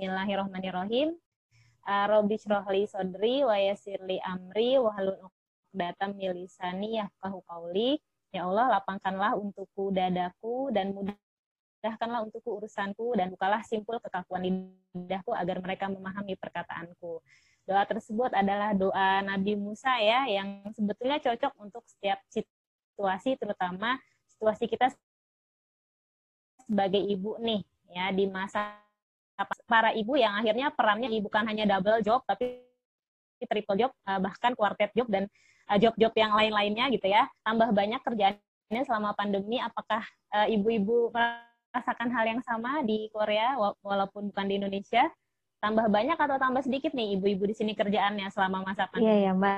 Bismillahirrahmanirrahim. Rabbi shrah li sodri wa yassir li amri wahlul 'uqdatam min lisani yafqahu qawli. Ya Allah, lapangkanlah untukku dadaku dan mudahkanlah untukku urusanku dan bukalah simpul kekakuan lidahku agar mereka memahami perkataanku. Doa tersebut adalah doa Nabi Musa ya, yang sebetulnya cocok untuk setiap situasi, terutama situasi kita sebagai ibu nih ya, di masa para ibu yang akhirnya perannya bukan hanya double job tapi triple job, bahkan quartet job dan job-job yang lain-lainnya gitu ya. Tambah banyak kerjaannya selama pandemi. Apakah ibu-ibu merasakan hal yang sama di Korea walaupun bukan di Indonesia? Tambah banyak atau tambah sedikit nih ibu-ibu di sini kerjaannya selama masa pandemi? Iya ya Mbak.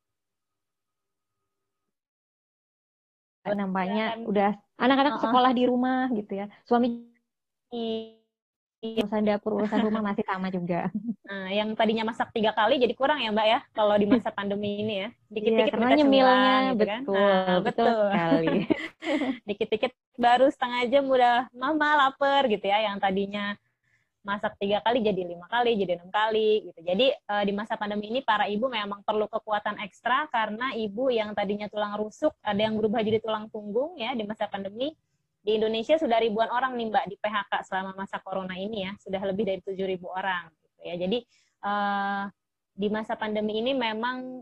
Nampaknya udah anak-anak sekolah di rumah gitu ya. Suami urusan dapur, urusan rumah masih sama juga. Nah, yang tadinya masak 3 kali jadi kurang ya Mbak ya, kalau di masa pandemi ini ya. Iya, Dikit-dikit karena minta nyemilnya cemilan gitu kan. betul, betul Betul. sekali. Dikit-dikit baru setengah jam udah mama lapar gitu ya, yang tadinya masak 3 kali jadi 5 kali, jadi 6 kali gitu. Jadi di masa pandemi ini para ibu memang perlu kekuatan ekstra karena ibu yang tadinya tulang rusuk ada yang berubah jadi tulang punggung ya di masa pandemi. Di Indonesia sudah ribuan orang nih Mbak di PHK selama masa corona ini ya, sudah lebih dari 7.000 orang gitu ya. Jadi di masa pandemi ini memang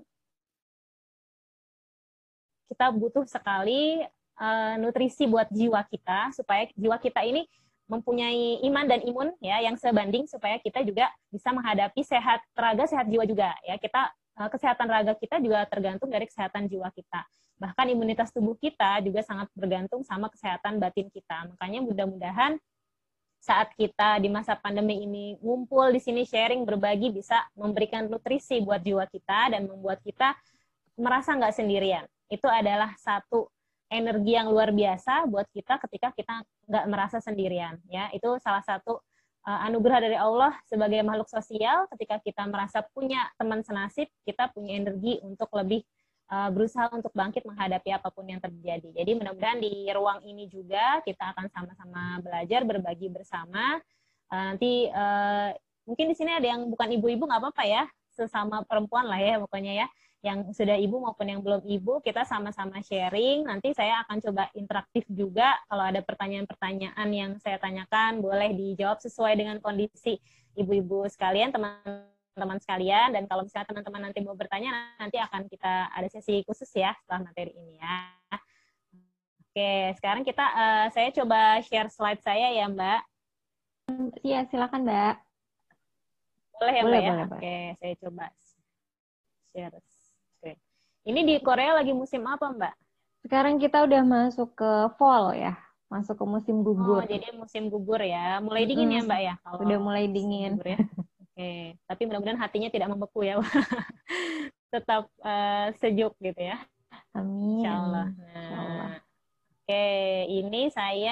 kita butuh sekali nutrisi buat jiwa kita supaya jiwa kita ini mempunyai iman dan imun ya yang sebanding supaya kita juga bisa menghadapi sehat raga sehat jiwa juga ya. Kita kesehatan raga kita juga tergantung dari kesehatan jiwa kita. Bahkan imunitas tubuh kita juga sangat bergantung sama kesehatan batin kita. Makanya mudah-mudahan saat kita di masa pandemi ini ngumpul di sini sharing berbagi bisa memberikan nutrisi buat jiwa kita dan membuat kita merasa nggak sendirian. Itu adalah satu energi yang luar biasa buat kita ketika kita nggak merasa sendirian. Ya, itu salah satu anugerah dari Allah sebagai makhluk sosial. Ketika kita merasa punya teman senasib, kita punya energi untuk lebih berusaha untuk bangkit menghadapi apapun yang terjadi. Jadi mudah-mudahan di ruang ini juga kita akan sama-sama belajar, berbagi bersama. Nanti mungkin di sini ada yang bukan ibu-ibu, nggak apa-apa ya, sesama perempuan lah ya pokoknya ya. Yang sudah ibu maupun yang belum ibu, kita sama-sama sharing. Nanti saya akan coba interaktif juga. Kalau ada pertanyaan-pertanyaan yang saya tanyakan, boleh dijawab sesuai dengan kondisi ibu-ibu sekalian, teman-teman sekalian. Dan kalau misalnya teman-teman nanti mau bertanya, nanti akan kita ada sesi khusus ya setelah materi ini ya. Oke, sekarang saya coba share slide saya ya Mbak. Iya, silakan Mbak. Boleh ya Mbak ya? Boleh. Oke, saya coba share. Ini di Korea lagi musim apa, Mbak? Sekarang kita udah masuk ke fall ya, masuk ke musim gugur. Oh, jadi musim gugur ya. Mulai dingin ya, Mbak ya? Kalau udah mulai dingin. Gugur ya. Oke, tapi mudah-mudahan hatinya tidak membeku ya. Tetap sejuk gitu ya. Amin. Insya Allah. Nah, oke, ini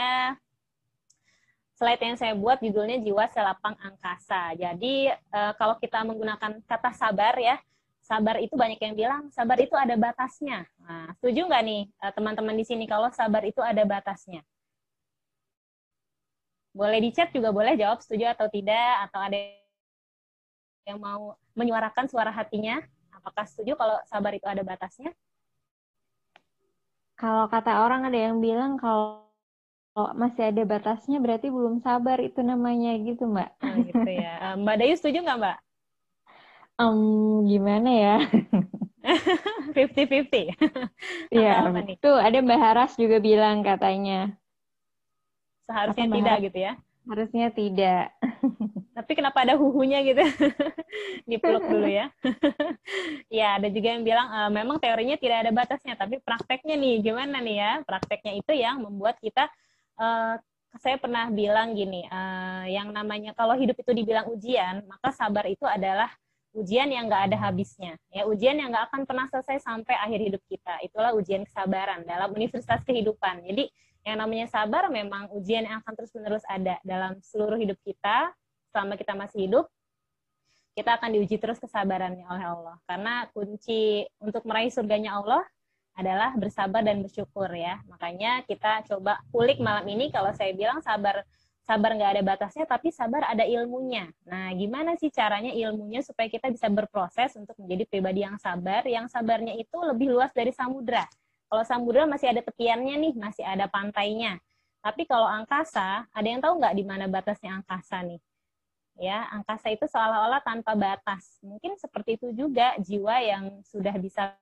slide yang saya buat judulnya Jiwa Selapang Angkasa. Jadi kalau kita menggunakan kata sabar ya, sabar itu banyak yang bilang sabar itu ada batasnya. Nah, setuju nggak nih teman-teman di sini kalau sabar itu ada batasnya? Boleh di chat juga boleh jawab setuju atau tidak, atau ada yang mau menyuarakan suara hatinya. Apakah setuju kalau sabar itu ada batasnya? Kalau kata orang ada yang bilang kalau masih ada batasnya berarti belum sabar itu namanya gitu Mbak. Nah, gitu ya. Mbak Dayu setuju nggak Mbak? Gimana ya? 50-50. Iya, Apa nih? tuh ada Mbak Haras juga bilang katanya. Seharusnya Mbak tidak Haras? gitu ya. Harusnya tidak. Tapi kenapa ada huhunya gitu? Dipeluk dulu ya. Ya, ada juga yang bilang memang teorinya tidak ada batasnya, tapi prakteknya nih gimana nih ya? Prakteknya itu yang membuat kita saya pernah bilang gini, yang namanya kalau hidup itu dibilang ujian, maka sabar itu adalah ujian yang nggak ada habisnya. Ya, ujian yang nggak akan pernah selesai sampai akhir hidup kita. Itulah ujian kesabaran dalam universitas kehidupan. Jadi yang namanya sabar memang ujian yang akan terus-menerus ada dalam seluruh hidup kita. Selama kita masih hidup, kita akan diuji terus kesabarannya oleh Allah. Karena kunci untuk meraih surganya Allah adalah bersabar dan bersyukur ya. Makanya kita coba kulik malam ini, kalau saya bilang sabar sabar nggak ada batasnya, tapi sabar ada ilmunya. Nah, gimana sih caranya ilmunya supaya kita bisa berproses untuk menjadi pribadi yang sabarnya itu lebih luas dari samudra. Kalau samudra masih ada tepiannya nih, masih ada pantainya. Tapi kalau angkasa, ada yang tahu nggak di mana batasnya angkasa nih? Ya, angkasa itu seolah-olah tanpa batas. Mungkin seperti itu juga jiwa yang sudah bisa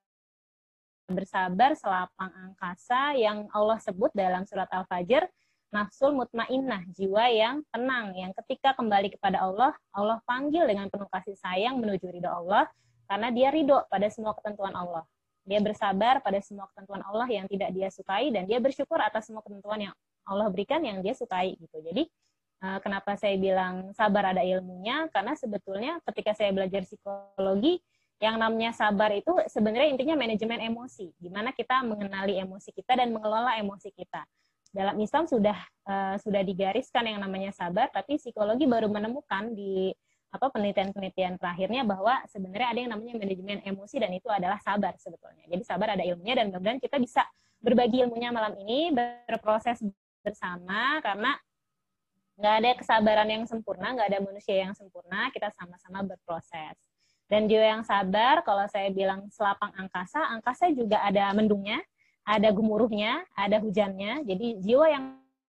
bersabar selapang angkasa yang Allah sebut dalam surat Al-Fajr, nafsul mutmainnah, jiwa yang tenang, yang ketika kembali kepada Allah, Allah panggil dengan penuh kasih sayang menuju ridho Allah, karena dia ridho pada semua ketentuan Allah. Dia bersabar pada semua ketentuan Allah yang tidak dia sukai, dan dia bersyukur atas semua ketentuan yang Allah berikan yang dia sukai. Gitu. Jadi, kenapa saya bilang sabar ada ilmunya, karena sebetulnya ketika saya belajar psikologi, yang namanya sabar itu sebenarnya intinya manajemen emosi, gimana kita mengenali emosi kita dan mengelola emosi kita. Dalam Islam sudah digariskan yang namanya sabar, tapi psikologi baru menemukan di penelitian-penelitian terakhirnya bahwa sebenarnya ada yang namanya manajemen emosi dan itu adalah sabar sebetulnya. Jadi sabar ada ilmunya dan mudah-mudahan kita bisa berbagi ilmunya malam ini, berproses bersama karena nggak ada kesabaran yang sempurna, nggak ada manusia yang sempurna, kita sama-sama berproses. Dan jiwa yang sabar, kalau saya bilang selapang angkasa, angkasa juga ada mendungnya, ada gemuruhnya, ada hujannya. Jadi jiwa yang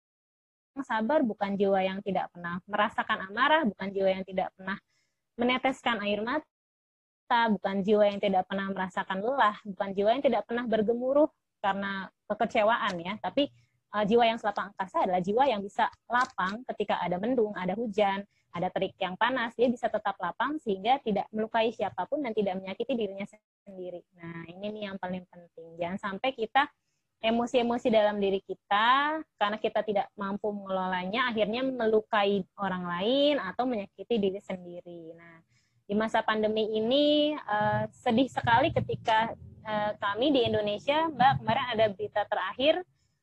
sabar bukan jiwa yang tidak pernah merasakan amarah, bukan jiwa yang tidak pernah meneteskan air mata, bukan jiwa yang tidak pernah merasakan lelah, bukan jiwa yang tidak pernah bergemuruh karena kekecewaan ya. Tapi jiwa yang selapang angkasa adalah jiwa yang bisa lapang ketika ada mendung, ada hujan, ada terik yang panas, dia bisa tetap lapang sehingga tidak melukai siapapun dan tidak menyakiti dirinya sendiri. Nah, ini nih yang paling penting. Jangan sampai kita emosi-emosi dalam diri kita, karena kita tidak mampu mengelolanya, akhirnya melukai orang lain atau menyakiti diri sendiri. Nah, di masa pandemi ini, sedih sekali ketika kami di Indonesia, Mbak, kemarin ada berita terakhir,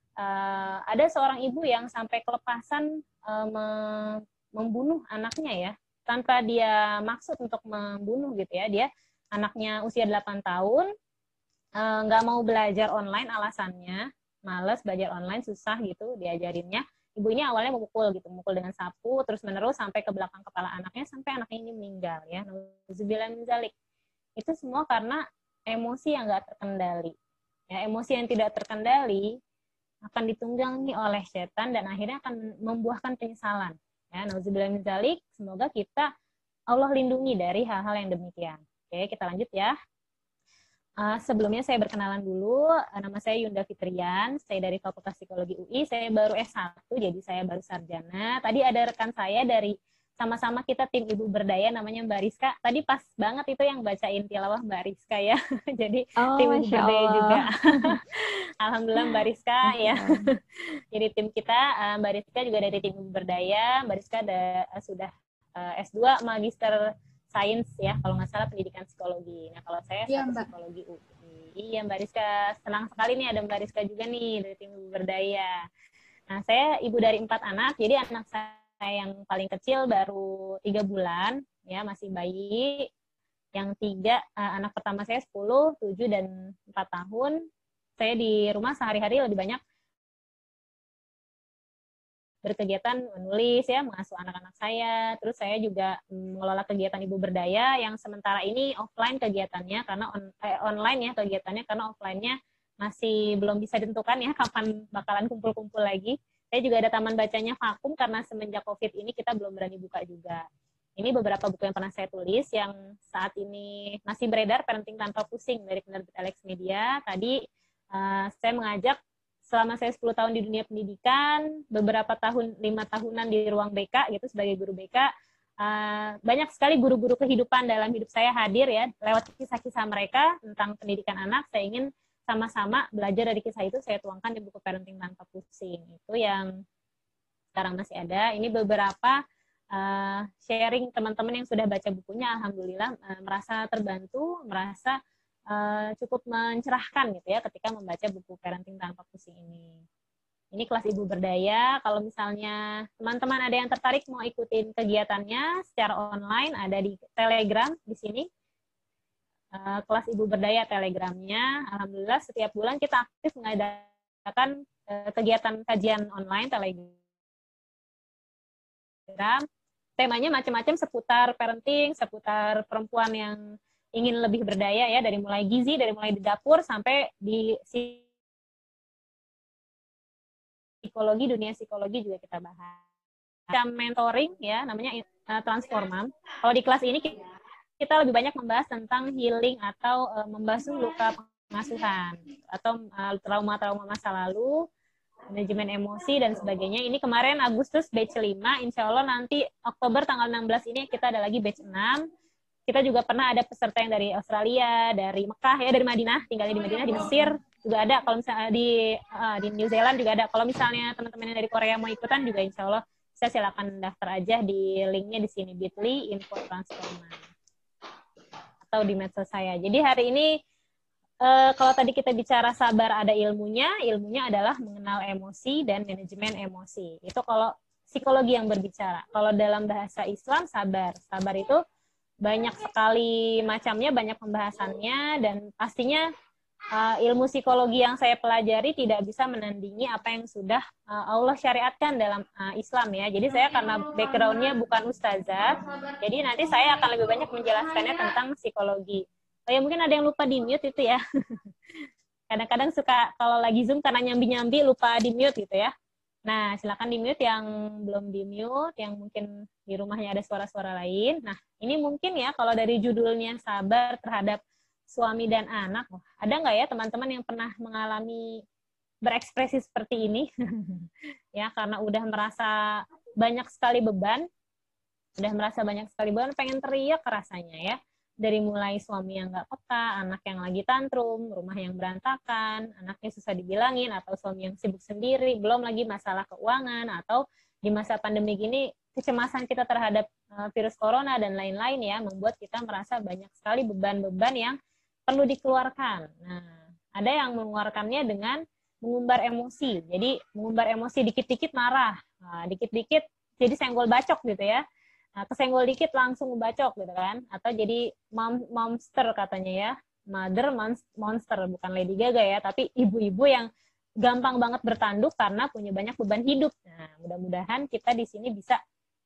ada seorang ibu yang sampai kelepasan membunuh anaknya ya, tanpa dia maksud untuk membunuh gitu ya. Dia anaknya usia 8 tahun, nggak mau belajar online alasannya, males belajar online, susah gitu diajarinnya. Ibu ini awalnya memukul dengan sapu, terus menerus sampai ke belakang kepala anaknya, sampai anaknya ini meninggal ya. Nauzubillah min dzalik. Itu semua karena emosi yang nggak terkendali. Ya, emosi yang tidak terkendali akan ditunggangi oleh setan dan akhirnya akan membuahkan penyesalan. Ya, nauzubillah min dzalik, semoga kita Allah lindungi dari hal-hal yang demikian. Oke, kita lanjut ya. Sebelumnya saya berkenalan dulu, nama saya Yunda Fitrian, saya dari Fakultas Psikologi UI, saya baru S1, jadi saya baru sarjana. Tadi ada rekan saya dari sama-sama kita tim Ibu Berdaya namanya Mbak Rizka. Tadi pas banget itu yang bacain tilawah Mbak Rizka ya. Jadi tim Ibu Berdaya juga. Alhamdulillah Mbak Rizka ya. Jadi tim kita, Mbak Rizka juga dari tim Ibu Berdaya. Mbak Rizka sudah S2 Magister Sains ya, kalau nggak salah pendidikan psikologi. Nah, kalau saya psikologi UI. Iya, Mbak Rizka. Senang sekali nih ada Mbak Rizka juga nih dari tim Ibu Berdaya. Nah, saya ibu dari 4 anak, jadi anak saya yang paling kecil baru 3 bulan, ya masih bayi. Yang 3, anak pertama saya 10, 7, dan 4 tahun. Saya di rumah sehari-hari lebih banyak berkegiatan menulis ya, mengasuh anak-anak saya. Terus saya juga mengelola kegiatan Ibu Berdaya yang sementara ini offline kegiatannya karena online ya kegiatannya, karena offline-nya masih belum bisa ditentukan ya kapan bakalan kumpul-kumpul lagi. Saya juga ada taman bacanya vakum karena semenjak Covid ini kita belum berani buka juga. Ini beberapa buku yang pernah saya tulis yang saat ini masih beredar, Parenting Tanpa Pusing dari penerbit Alex Media. Tadi saya mengajak selama saya 10 tahun di dunia pendidikan, beberapa tahun, 5 tahunan di ruang BK gitu sebagai guru BK, banyak sekali guru-guru kehidupan dalam hidup saya hadir ya, lewat kisah-kisah mereka tentang pendidikan anak. Saya ingin sama-sama belajar dari kisah itu, saya tuangkan di buku Parenting Tanpa Pusing. Itu yang sekarang masih ada. Ini beberapa sharing teman-teman yang sudah baca bukunya, alhamdulillah merasa terbantu, merasa cukup mencerahkan gitu ya ketika membaca buku Parenting Tanpa Pusing ini. Ini kelas Ibu Berdaya. Kalau misalnya teman-teman ada yang tertarik mau ikutin kegiatannya secara online, ada di Telegram di sini. Kelas Ibu Berdaya Telegramnya. Alhamdulillah setiap bulan kita aktif mengadakan kegiatan kajian online Telegram Temanya macam-macam seputar parenting, seputar perempuan yang ingin lebih berdaya ya, dari mulai gizi, dari mulai di dapur sampai di psikologi, dunia psikologi juga kita bahas. Macam mentoring ya, namanya transformam. Kalau di kelas ini kita lebih banyak membahas tentang healing atau membasuh luka pengasuhan atau trauma-trauma masa lalu, manajemen emosi dan sebagainya. Ini kemarin Agustus batch 5, insya Allah nanti Oktober tanggal 16 ini kita ada lagi batch 6. Kita juga pernah ada peserta yang dari Australia, dari Mekah ya, dari Madinah, tinggalnya di Madinah, di Mesir juga ada. Kalau misalnya di New Zealand juga ada. Kalau misalnya teman-teman yang dari Korea mau ikutan juga insya Allah bisa, silakan daftar aja di linknya di sini, bit.ly info transforman atau di medsos saya. Jadi hari ini kalau tadi kita bicara sabar ada ilmunya adalah mengenal emosi dan manajemen emosi. Itu kalau psikologi yang berbicara. Kalau dalam bahasa Islam sabar itu banyak sekali macamnya, banyak pembahasannya, dan pastinya ilmu psikologi yang saya pelajari tidak bisa menandingi apa yang sudah Allah syariatkan dalam Islam ya. Jadi saya karena background-nya bukan ustazah, jadi nanti saya akan lebih banyak menjelaskannya tentang psikologi. Oh ya, mungkin ada yang lupa di mute itu ya. Kadang-kadang suka kalau lagi Zoom karena nyambi-nyambi lupa di mute gitu ya. Nah, silakan di mute yang belum di mute, yang mungkin di rumahnya ada suara-suara lain. Nah, ini mungkin ya kalau dari judulnya sabar terhadap suami dan anak, ada nggak ya teman-teman yang pernah mengalami berekspresi seperti ini? Ya, karena udah merasa banyak sekali beban, pengen teriak rasanya ya. Dari mulai suami yang nggak peka, anak yang lagi tantrum, rumah yang berantakan, anaknya susah dibilangin, atau suami yang sibuk sendiri, belum lagi masalah keuangan, atau di masa pandemi gini, kecemasan kita terhadap virus corona dan lain-lain ya, membuat kita merasa banyak sekali beban-beban yang perlu dikeluarkan. Nah, ada yang mengeluarkannya dengan mengumbar emosi. Jadi, mengumbar emosi dikit-dikit marah, dikit-dikit jadi senggol bacok gitu ya. Nah, kesenggol dikit langsung bacok gitu kan. Atau jadi monster katanya ya. Mother monster, bukan Lady Gaga ya, tapi ibu-ibu yang gampang banget bertanduk karena punya banyak beban hidup. Nah, mudah-mudahan kita di sini bisa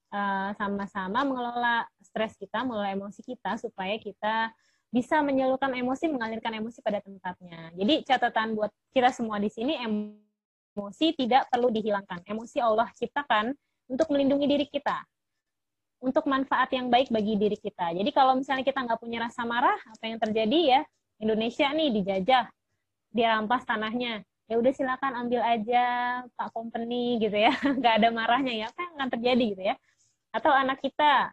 sama-sama mengelola stres kita, mengelola emosi kita, supaya kita bisa menyalurkan emosi, mengalirkan emosi pada tempatnya. Jadi catatan buat kita semua di sini, emosi tidak perlu dihilangkan. Emosi Allah ciptakan untuk melindungi diri kita, untuk manfaat yang baik bagi diri kita. Jadi kalau misalnya kita nggak punya rasa marah, apa yang terjadi ya? Indonesia nih dijajah, dirampas tanahnya. Ya udah silakan ambil aja Pak Company gitu ya. Nggak ada marahnya ya. Apa yang akan terjadi gitu ya? Atau anak kita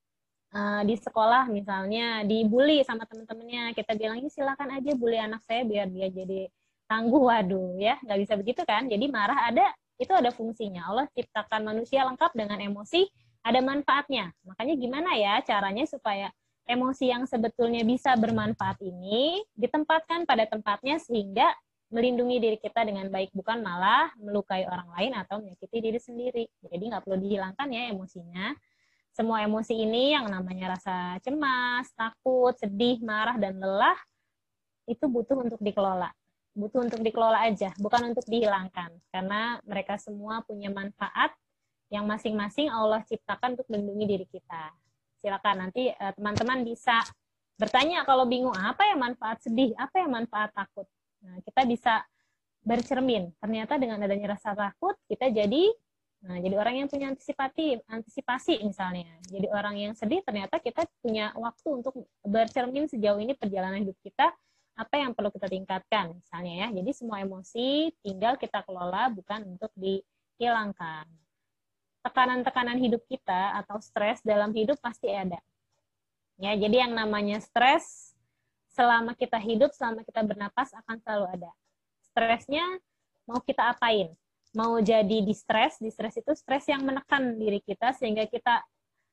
di sekolah misalnya dibully sama teman-temannya, kita bilang silakan aja bully anak saya biar dia jadi tangguh. Waduh ya, nggak bisa begitu kan? Jadi marah itu ada fungsinya. Allah ciptakan manusia lengkap dengan emosi, ada manfaatnya. Makanya gimana ya caranya supaya emosi yang sebetulnya bisa bermanfaat ini ditempatkan pada tempatnya sehingga melindungi diri kita dengan baik, bukan malah melukai orang lain atau menyakiti diri sendiri. Jadi nggak perlu dihilangkan ya emosinya. Semua emosi ini yang namanya rasa cemas, takut, sedih, marah, dan lelah itu butuh untuk dikelola. Butuh untuk dikelola aja, bukan untuk dihilangkan. Karena mereka semua punya manfaat yang masing-masing Allah ciptakan untuk melindungi diri kita. Silakan nanti teman-teman bisa bertanya kalau bingung, apa ya manfaat sedih, apa ya manfaat takut. Nah, kita bisa bercermin. Ternyata dengan adanya rasa takut, kita jadi orang yang punya antisipasi misalnya. Jadi orang yang sedih, ternyata kita punya waktu untuk bercermin sejauh ini perjalanan hidup kita, apa yang perlu kita tingkatkan misalnya ya. Jadi semua emosi tinggal kita kelola, bukan untuk dihilangkan. Tekanan-tekanan hidup kita atau stres dalam hidup pasti ada. Ya, jadi yang namanya stres selama kita hidup, selama kita bernapas akan selalu ada. Stresnya mau kita apain? Mau jadi distress itu stres yang menekan diri kita sehingga kita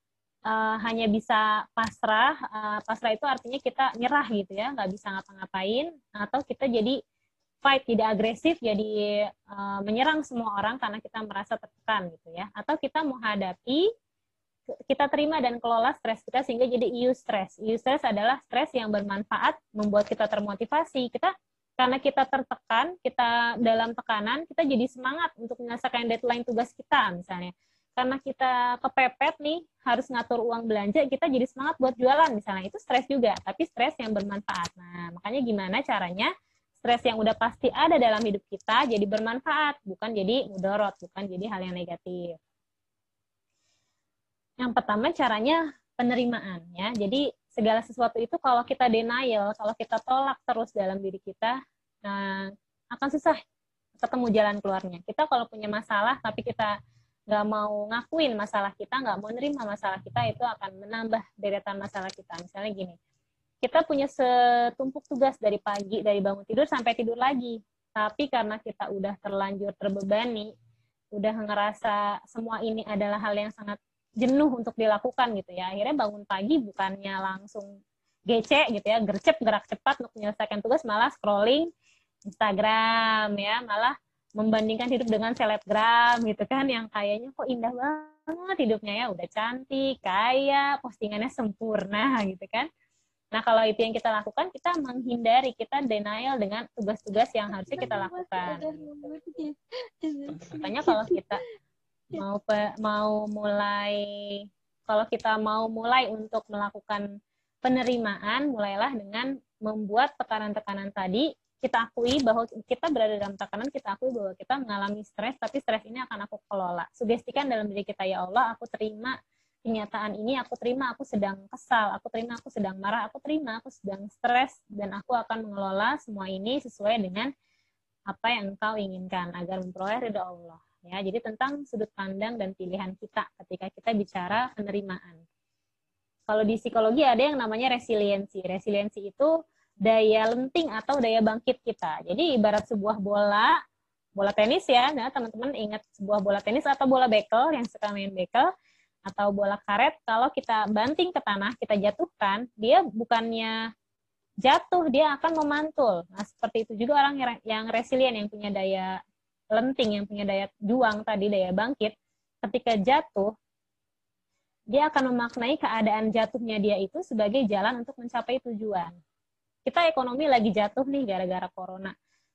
hanya bisa pasrah. Pasrah itu artinya kita nyerah gitu ya, nggak bisa ngapa-ngapain, atau kita jadi fight, jadi agresif, jadi menyerang semua orang karena kita merasa tertekan gitu ya. Atau kita menghadapi, kita terima dan kelola stres kita sehingga jadi eustress. Eustress adalah stres yang bermanfaat, membuat kita termotivasi. Karena kita tertekan, kita dalam tekanan, kita jadi semangat untuk menyelesaikan deadline tugas kita misalnya. karena kita kepepet nih, harus ngatur uang belanja, kita jadi semangat buat jualan misalnya. Itu stres juga, tapi stres yang bermanfaat. Nah, makanya gimana caranya stres yang udah pasti ada dalam hidup kita jadi bermanfaat, bukan jadi mudorot, bukan jadi hal yang negatif. Yang pertama caranya penerimaan ya. Jadi segala sesuatu itu kalau kita denial, kalau kita tolak terus dalam diri kita, nah, akan susah ketemu jalan keluarnya. Kita kalau punya masalah tapi kita nggak mau ngakuin masalah kita, nggak mau nerima masalah kita, itu akan menambah deretan masalah kita. Misalnya gini, kita punya setumpuk tugas dari pagi, dari bangun tidur sampai tidur lagi. Tapi karena kita udah terlanjur terbebani, udah ngerasa semua ini adalah hal yang sangat jenuh untuk dilakukan gitu ya. Akhirnya bangun pagi bukannya langsung gece gitu ya, gercep, gerak cepat untuk menyelesaikan tugas, malah scrolling Instagram ya, malah membandingkan hidup dengan selebgram gitu kan, yang kayaknya kok indah banget hidupnya ya, udah cantik, kaya, postingannya sempurna gitu kan. Nah, kalau itu yang kita lakukan, kita menghindari, kita denial dengan tugas-tugas yang harusnya kita lakukan. Makanya kalau kita mau mulai untuk melakukan penerimaan, mulailah dengan membuat tekanan-tekanan tadi. Kita akui bahwa kita berada dalam tekanan, kita akui bahwa kita mengalami stres, tapi stres ini akan aku kelola. Sugestikan dalam diri kita, ya Allah, aku terima kenyataan ini, aku terima aku sedang kesal, aku terima aku sedang marah, aku terima aku sedang stres, dan aku akan mengelola semua ini sesuai dengan apa yang Engkau inginkan, agar memperoleh ridha Allah. Ya, jadi tentang sudut pandang dan pilihan kita ketika kita bicara penerimaan. Kalau di psikologi ada yang namanya resiliensi. Resiliensi itu daya lenting atau daya bangkit kita. Jadi ibarat sebuah bola tenis ya, nah teman-teman ingat sebuah bola tenis atau bola bekel yang suka main bekel atau bola karet, kalau kita banting ke tanah, kita jatuhkan, dia bukannya jatuh, dia akan memantul. Nah, seperti itu juga orang yang resilient, yang punya daya lenting, yang punya daya juang tadi, daya bangkit, ketika jatuh, dia akan memaknai keadaan jatuhnya dia itu sebagai jalan untuk mencapai tujuan. Kita ekonomi lagi jatuh nih gara-gara corona.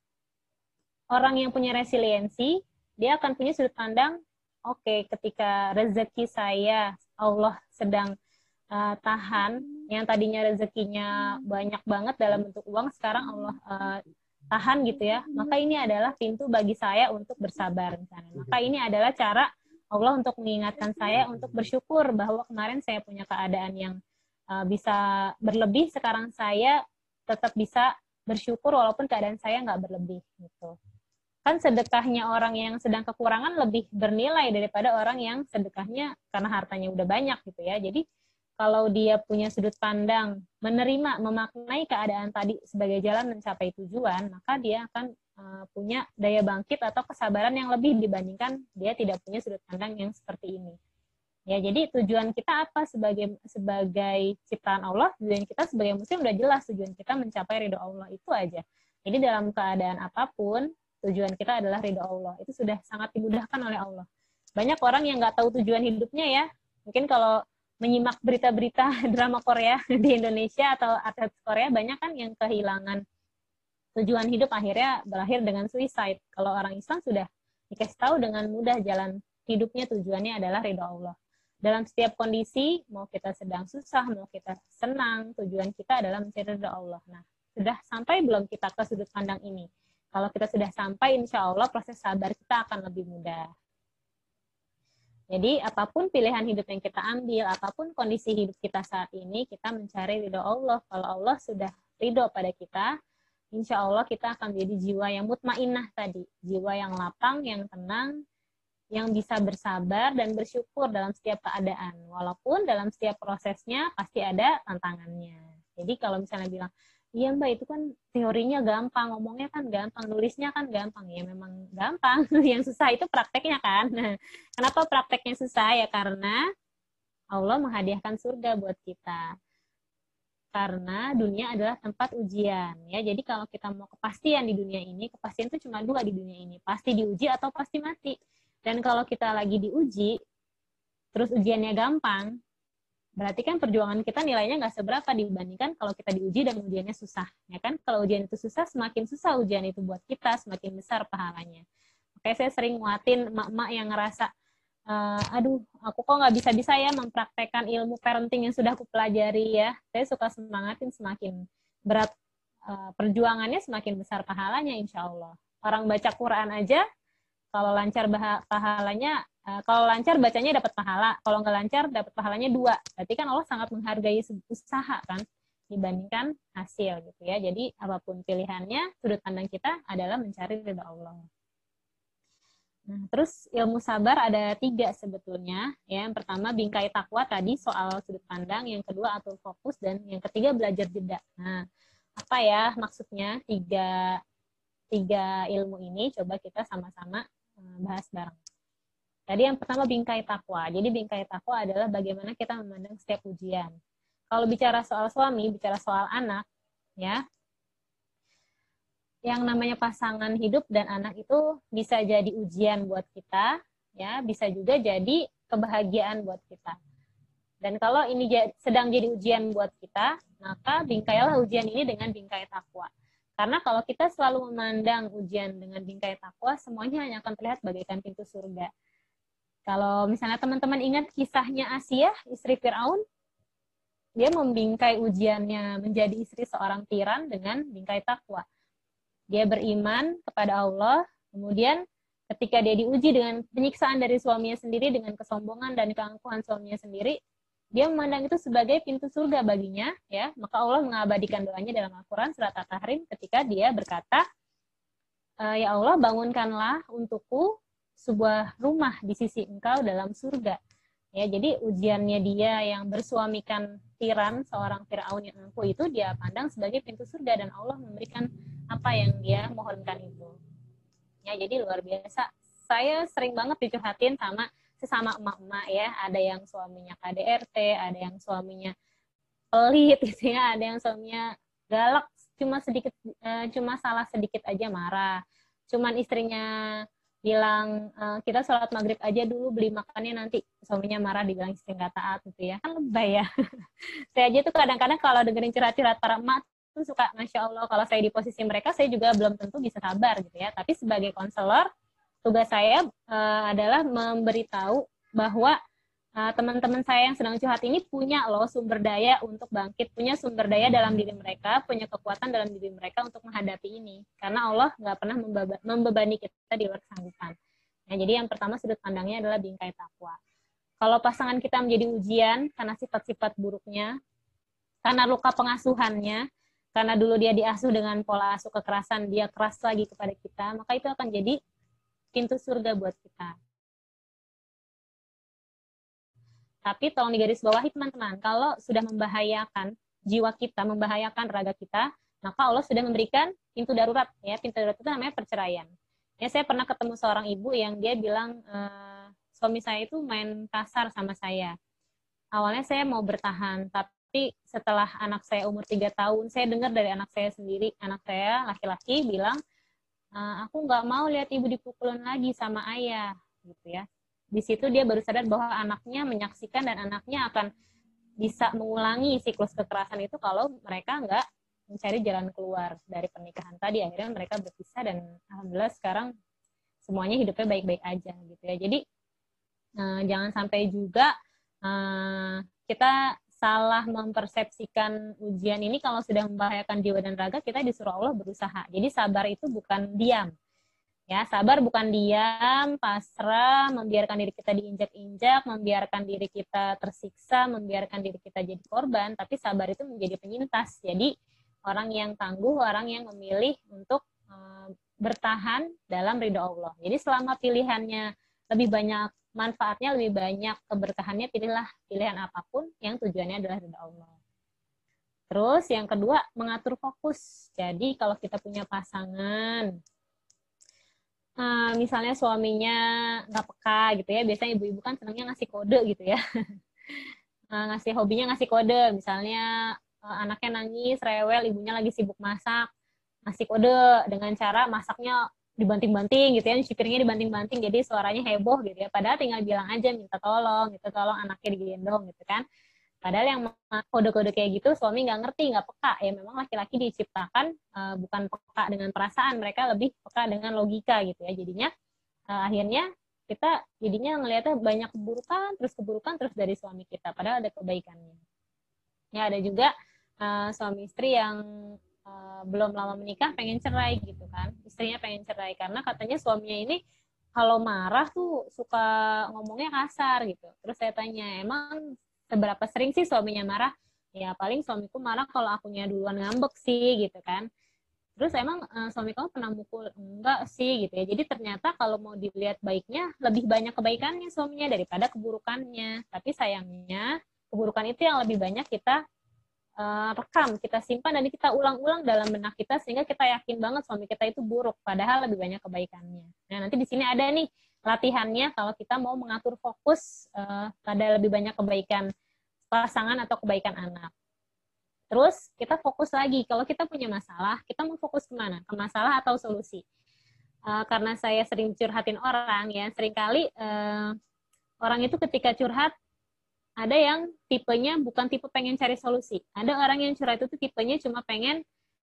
Orang yang punya resiliensi, dia akan punya sudut pandang, oke, ketika rezeki saya Allah sedang tahan, yang tadinya rezekinya banyak banget dalam bentuk uang, sekarang Allah tahan gitu ya, maka ini adalah pintu bagi saya untuk bersabar misalnya. Maka ini adalah cara Allah untuk mengingatkan saya untuk bersyukur bahwa kemarin saya punya keadaan yang bisa berlebih, sekarang saya tetap bisa bersyukur walaupun keadaan saya nggak berlebih gitu. Kan sedekahnya orang yang sedang kekurangan lebih bernilai daripada orang yang sedekahnya karena hartanya udah banyak gitu ya. Jadi kalau dia punya sudut pandang menerima, memaknai keadaan tadi sebagai jalan mencapai tujuan, maka dia akan punya daya bangkit atau kesabaran yang lebih dibandingkan dia tidak punya sudut pandang yang seperti ini. Ya, jadi tujuan kita apa sebagai ciptaan Allah? Tujuan kita sebagai muslim udah jelas, tujuan kita mencapai ridho Allah, itu aja. Jadi dalam keadaan apapun, tujuan kita adalah ridho Allah. Itu sudah sangat dimudahkan oleh Allah. Banyak orang yang nggak tahu tujuan hidupnya ya. Mungkin kalau menyimak berita-berita drama Korea di Indonesia atau artis Korea, banyak kan yang kehilangan tujuan hidup, akhirnya berakhir dengan suicide. Kalau orang Islam sudah dikasih tahu dengan mudah jalan hidupnya, tujuannya adalah ridho Allah. Dalam setiap kondisi, mau kita sedang susah, mau kita senang, tujuan kita adalah mencari ridha Allah. Nah, sudah sampai belum kita ke sudut pandang ini? Kalau kita sudah sampai, insya Allah proses sabar kita akan lebih mudah. Jadi, apapun pilihan hidup yang kita ambil, apapun kondisi hidup kita saat ini, kita mencari ridha Allah. Kalau Allah sudah ridho pada kita, insya Allah kita akan menjadi jiwa yang mutmainnah tadi. Jiwa yang lapang, yang tenang, yang bisa bersabar dan bersyukur dalam setiap keadaan. Walaupun dalam setiap prosesnya pasti ada tantangannya. Jadi kalau misalnya bilang, iya Mbak itu kan teorinya gampang, ngomongnya kan gampang, nulisnya kan gampang. Ya memang gampang, yang susah itu prakteknya kan. Nah, kenapa prakteknya susah? Ya karena Allah menghadiahkan surga buat kita. Karena dunia adalah tempat ujian. Ya, jadi kalau kita mau kepastian di dunia ini, kepastian itu cuma dua di dunia ini. Pasti diuji atau pasti mati. Dan kalau kita lagi diuji, terus ujiannya gampang, berarti kan perjuangan kita nilainya nggak seberapa dibandingkan kalau kita diuji dan ujiannya susah. Ya kan? Kalau ujian itu susah, semakin susah ujian itu buat kita, semakin besar pahalanya. Oke, saya sering nguatin emak-emak yang ngerasa, aduh, aku kok nggak bisa-bisa ya mempraktekkan ilmu parenting yang sudah aku pelajari ya. Saya suka semangatin, semakin berat perjuangannya, semakin besar pahalanya insya Allah. Orang baca Quran aja, kalau lancar pahalanya, kalau lancar bacanya dapat pahala, kalau nggak lancar dapat pahalanya 2. Berarti kan Allah sangat menghargai usaha kan, dibandingkan hasil gitu ya. Jadi apapun pilihannya, sudut pandang kita adalah mencari ridha Allah. Nah, terus ilmu sabar ada 3 sebetulnya. Ya, yang pertama bingkai takwa tadi soal sudut pandang, yang kedua atur fokus, dan yang ketiga belajar jeda. Nah, apa ya maksudnya tiga ilmu ini? Coba kita sama-sama bahas bareng. Tadi yang pertama bingkai takwa. Jadi bingkai takwa adalah bagaimana kita memandang setiap ujian. Kalau bicara soal suami, bicara soal anak, ya, yang namanya pasangan hidup dan anak itu bisa jadi ujian buat kita, ya, bisa juga jadi kebahagiaan buat kita. Dan kalau ini sedang jadi ujian buat kita, maka bingkailah ujian ini dengan bingkai takwa. Karena kalau kita selalu memandang ujian dengan bingkai takwa, semuanya hanya akan terlihat bagaikan pintu surga. Kalau misalnya teman-teman ingat kisahnya Asia, istri Fir'aun, dia membingkai ujiannya menjadi istri seorang tiran dengan bingkai takwa. Dia beriman kepada Allah, kemudian ketika dia diuji dengan penyiksaan dari suaminya sendiri, dengan kesombongan dan keangkuhan suaminya sendiri, dia memandang itu sebagai pintu surga baginya, ya. Maka Allah mengabadikan doanya dalam Al-Quran surat At-Tahrim ketika dia berkata, ya Allah, bangunkanlah untukku sebuah rumah di sisi Engkau dalam surga. Ya, jadi ujiannya dia yang bersuamikan tiran, seorang Fir'aun yang angkuh itu, dia pandang sebagai pintu surga, dan Allah memberikan apa yang dia mohonkan itu. Ya, jadi luar biasa. Saya sering banget dicurhatin sama sesama emak-emak ya. Ada yang suaminya KDRT, ada yang suaminya pelit gitu ya, ada yang suaminya galak, cuma salah sedikit aja marah. Cuman istrinya bilang kita sholat maghrib aja dulu, beli makannya nanti, suaminya marah dibilang istri nggak taat gitu ya, kan lebay ya. Saya aja tuh kadang-kadang kalau dengerin curhat-curhat para emak tuh suka masya Allah, kalau saya di posisi mereka saya juga belum tentu bisa sabar gitu ya. Tapi sebagai konselor, tugas saya adalah memberitahu bahwa teman-teman saya yang sedang curhat ini punya loh sumber daya untuk bangkit, punya sumber daya dalam diri mereka, punya kekuatan dalam diri mereka untuk menghadapi ini. Karena Allah nggak pernah membebani kita di luar kesanggupan. Nah, jadi yang pertama sudut pandangnya adalah bingkai takwa. Kalau pasangan kita menjadi ujian karena sifat-sifat buruknya, karena luka pengasuhannya, karena dulu dia diasuh dengan pola asuh kekerasan, dia keras lagi kepada kita, maka itu akan jadi pintu surga buat kita. Tapi tolong digarisbawahi teman-teman, kalau sudah membahayakan jiwa kita, membahayakan raga kita, maka Allah sudah memberikan pintu darurat. Ya, pintu darurat itu namanya perceraian. Ya, saya pernah ketemu seorang ibu yang dia bilang, suami saya itu main kasar sama saya. Awalnya saya mau bertahan, tapi setelah anak saya umur 3 tahun, saya dengar dari anak saya sendiri, anak saya laki-laki bilang, aku nggak mau lihat ibu dipukulin lagi sama ayah, gitu ya. Di situ dia baru sadar bahwa anaknya menyaksikan dan anaknya akan bisa mengulangi siklus kekerasan itu kalau mereka nggak mencari jalan keluar dari pernikahan tadi. Akhirnya mereka berpisah dan alhamdulillah sekarang semuanya hidupnya baik-baik aja gitu ya. Jadi jangan sampai juga kita salah mempersepsikan ujian ini. Kalau sudah membahayakan jiwa dan raga, kita disuruh Allah berusaha. Jadi sabar itu bukan diam. Ya, sabar bukan diam, pasrah, membiarkan diri kita diinjak-injak, membiarkan diri kita tersiksa, membiarkan diri kita jadi korban, tapi sabar itu menjadi penyintas. Jadi orang yang tangguh, orang yang memilih untuk bertahan dalam ridho Allah. Jadi selama pilihannya lebih banyak manfaatnya, lebih banyak keberkahannya, pilihlah pilihan apapun yang tujuannya adalah ridho Allah. Terus yang kedua, mengatur fokus. Jadi kalau kita punya pasangan, misalnya suaminya nggak peka gitu ya, biasanya ibu-ibu kan senangnya ngasih kode gitu ya. Hobinya ngasih kode, misalnya anaknya nangis, rewel, ibunya lagi sibuk masak, ngasih kode dengan cara masaknya dibanting-banting gitu ya, piringnya dibanting-banting, jadi suaranya heboh gitu ya, padahal tinggal bilang aja minta tolong gitu, tolong anaknya digendong gitu kan. Padahal yang kode-kode kayak gitu suami nggak ngerti, nggak peka. Ya memang laki-laki diciptakan bukan peka dengan perasaan, mereka lebih peka dengan logika gitu ya. Jadinya akhirnya kita jadinya ngelihatnya banyak keburukan terus dari suami kita, padahal ada kebaikannya. Ya ada juga suami istri yang belum lama menikah pengen cerai gitu kan, istrinya pengen cerai karena katanya suaminya ini kalau marah tuh suka ngomongnya kasar gitu. Terus saya tanya, emang seberapa sering sih suaminya marah? Ya paling suamiku marah kalau akunya duluan ngambek sih gitu kan. Terus emang suami kamu pernah mukul? Enggak sih gitu ya. Jadi ternyata kalau mau dilihat baiknya, lebih banyak kebaikannya suaminya daripada keburukannya. Tapi sayangnya keburukan itu yang lebih banyak kita rekam, kita simpan dan kita ulang-ulang dalam benak kita sehingga kita yakin banget suami kita itu buruk, padahal lebih banyak kebaikannya. Nah, nanti di sini ada nih latihannya kalau kita mau mengatur fokus pada lebih banyak kebaikan pasangan atau kebaikan anak. Terus kita fokus lagi, kalau kita punya masalah, kita mau fokus kemana? Ke masalah atau solusi? Karena saya sering curhatin orang ya, seringkali orang itu ketika curhat ada yang tipenya bukan tipe pengen cari solusi. Ada orang yang curhat itu tipenya cuma pengen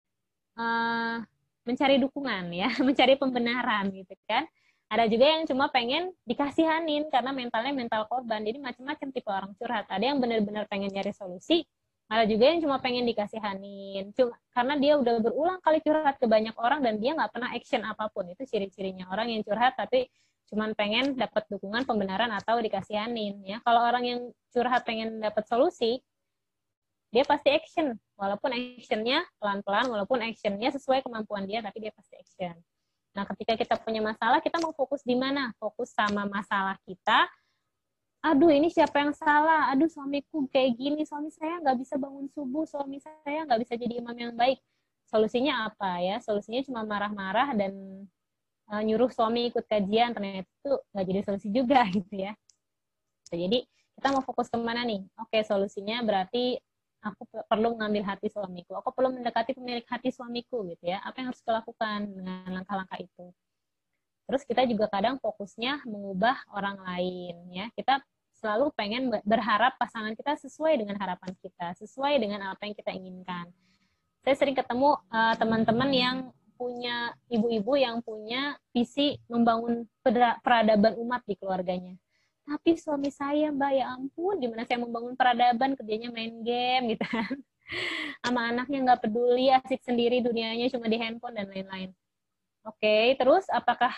mencari dukungan ya, mencari pembenaran gitu kan. Ada juga yang cuma pengen dikasihanin karena mentalnya mental korban. Jadi macam-macam tipe orang curhat. Ada yang benar-benar pengen nyari solusi, ada juga yang cuma pengen dikasihanin. Karena dia udah berulang kali curhat ke banyak orang dan dia nggak pernah action apapun. Itu ciri-cirinya orang yang curhat tapi cuman pengen dapat dukungan, pembenaran atau dikasihanin ya. Kalau orang yang curhat pengen dapat solusi, dia pasti action, walaupun actionnya pelan-pelan, walaupun actionnya sesuai kemampuan dia, tapi dia pasti action. Nah, ketika kita punya masalah, kita mau fokus di mana? Fokus sama masalah kita. Aduh, ini siapa yang salah? Aduh, suamiku kayak gini, suami saya nggak bisa bangun subuh, suami saya nggak bisa jadi imam yang baik. Solusinya apa ya? Solusinya cuma marah-marah dan nyuruh suami ikut kajian, ternyata itu nggak jadi solusi juga gitu ya. Jadi kita mau fokus kemana nih? Oke, solusinya berarti aku perlu mengambil hati suamiku, aku perlu mendekati pemilik hati suamiku gitu ya. Apa yang harus kita lakukan dengan langkah-langkah itu? Terus kita juga kadang fokusnya mengubah orang lain ya. Kita selalu pengen berharap pasangan kita sesuai dengan harapan kita, sesuai dengan apa yang kita inginkan. Saya sering ketemu teman-teman yang punya ibu-ibu yang punya visi membangun peradaban umat di keluarganya. Tapi suami saya, Mbak, ya ampun, gimana saya membangun peradaban, kerjanya main game gitu kan. Sama anaknya nggak peduli, asik sendiri, dunianya cuma di handphone dan lain-lain. Oke, terus apakah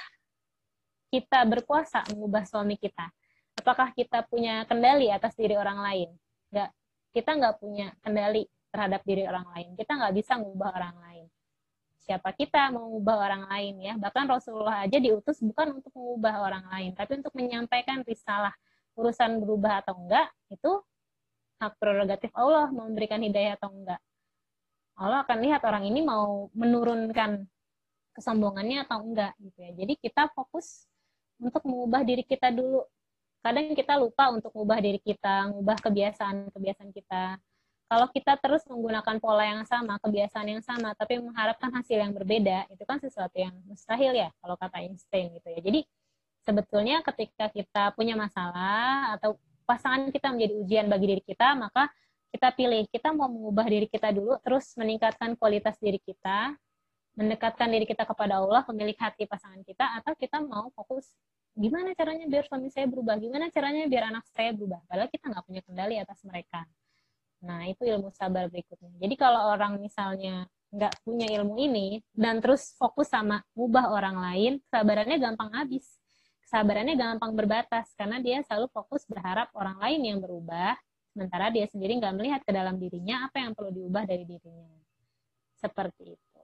kita berkuasa mengubah suami kita? Apakah kita punya kendali atas diri orang lain? Nggak, kita nggak punya kendali terhadap diri orang lain. Kita nggak bisa mengubah orang lain. Siapa kita mau mengubah orang lain ya? Bahkan Rasulullah aja diutus bukan untuk mengubah orang lain, tapi untuk menyampaikan risalah. Urusan berubah atau enggak, itu hak prerogatif Allah mau memberikan hidayah atau enggak. Allah akan lihat orang ini mau menurunkan kesombongannya atau enggak gitu ya. Jadi kita fokus untuk mengubah diri kita dulu. Kadang kita lupa untuk mengubah diri kita, mengubah kebiasaan-kebiasaan kita. Kalau kita terus menggunakan pola yang sama, kebiasaan yang sama, tapi mengharapkan hasil yang berbeda, itu kan sesuatu yang mustahil ya, kalau kata Einstein gitu ya. Jadi sebetulnya ketika kita punya masalah atau pasangan kita menjadi ujian bagi diri kita, maka kita pilih, kita mau mengubah diri kita dulu, terus meningkatkan kualitas diri kita, mendekatkan diri kita kepada Allah, pemilik hati pasangan kita, atau kita mau fokus gimana caranya biar suami saya berubah, gimana caranya biar anak saya berubah, padahal kita nggak punya kendali atas mereka. Nah, itu ilmu sabar berikutnya. Jadi kalau orang misalnya nggak punya ilmu ini, dan terus fokus sama ngubah orang lain, kesabarannya gampang habis. Kesabarannya gampang berbatas, karena dia selalu fokus berharap orang lain yang berubah, sementara dia sendiri nggak melihat ke dalam dirinya apa yang perlu diubah dari dirinya. Seperti itu.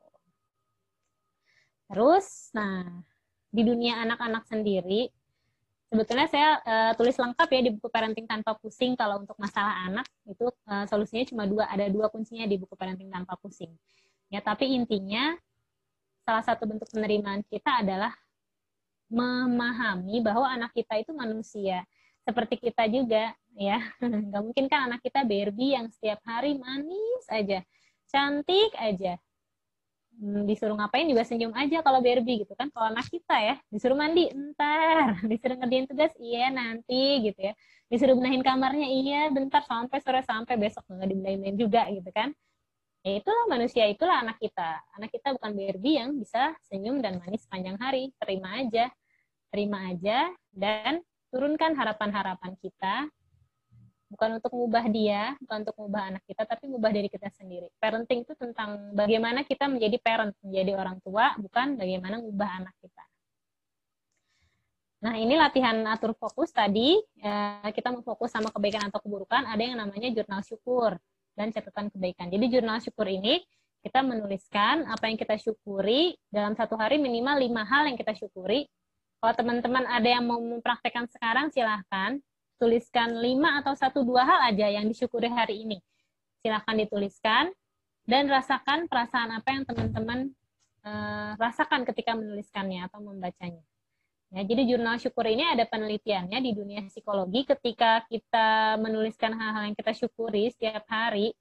Terus, nah, di dunia anak-anak sendiri, sebetulnya saya tulis lengkap ya di buku Parenting Tanpa Pusing. Kalau untuk masalah anak itu solusinya cuma ada dua kuncinya di buku Parenting Tanpa Pusing. Ya, tapi intinya salah satu bentuk penerimaan kita adalah memahami bahwa anak kita itu manusia seperti kita juga ya. Nggak mungkin kan anak kita Barbie yang setiap hari manis aja, cantik aja. Disuruh ngapain juga senyum aja kalau Barbie gitu kan. Kalau anak kita ya disuruh mandi entar, disuruh ngerjain tugas iya nanti gitu ya, disuruh benahin kamarnya iya bentar, sampai sore, sampai besok nggak dibenahin juga gitu kan. Ya itulah manusia, itulah anak kita bukan Barbie yang bisa senyum dan manis sepanjang hari, terima aja. terima aja, dan turunkan harapan-harapan kita, bukan untuk mengubah dia, bukan untuk mengubah anak kita, tapi mengubah diri kita sendiri. Parenting itu tentang bagaimana kita menjadi parent, menjadi orang tua, bukan bagaimana mengubah anak kita. Nah, ini latihan atur fokus tadi. Kita mau fokus sama kebaikan atau keburukan. Ada yang namanya jurnal syukur dan catatan kebaikan. Jadi jurnal syukur ini kita menuliskan apa yang kita syukuri dalam satu hari, minimal 5 hal yang kita syukuri. Kalau teman-teman ada yang mau mempraktekkan sekarang, silahkan tuliskan 5 atau 1-2 hal aja yang disyukuri hari ini. Silahkan dituliskan dan rasakan perasaan apa yang teman-teman rasakan ketika menuliskannya atau membacanya. Ya, jadi jurnal syukur ini ada penelitiannya di dunia psikologi. Ketika kita menuliskan hal-hal yang kita syukuri setiap hari,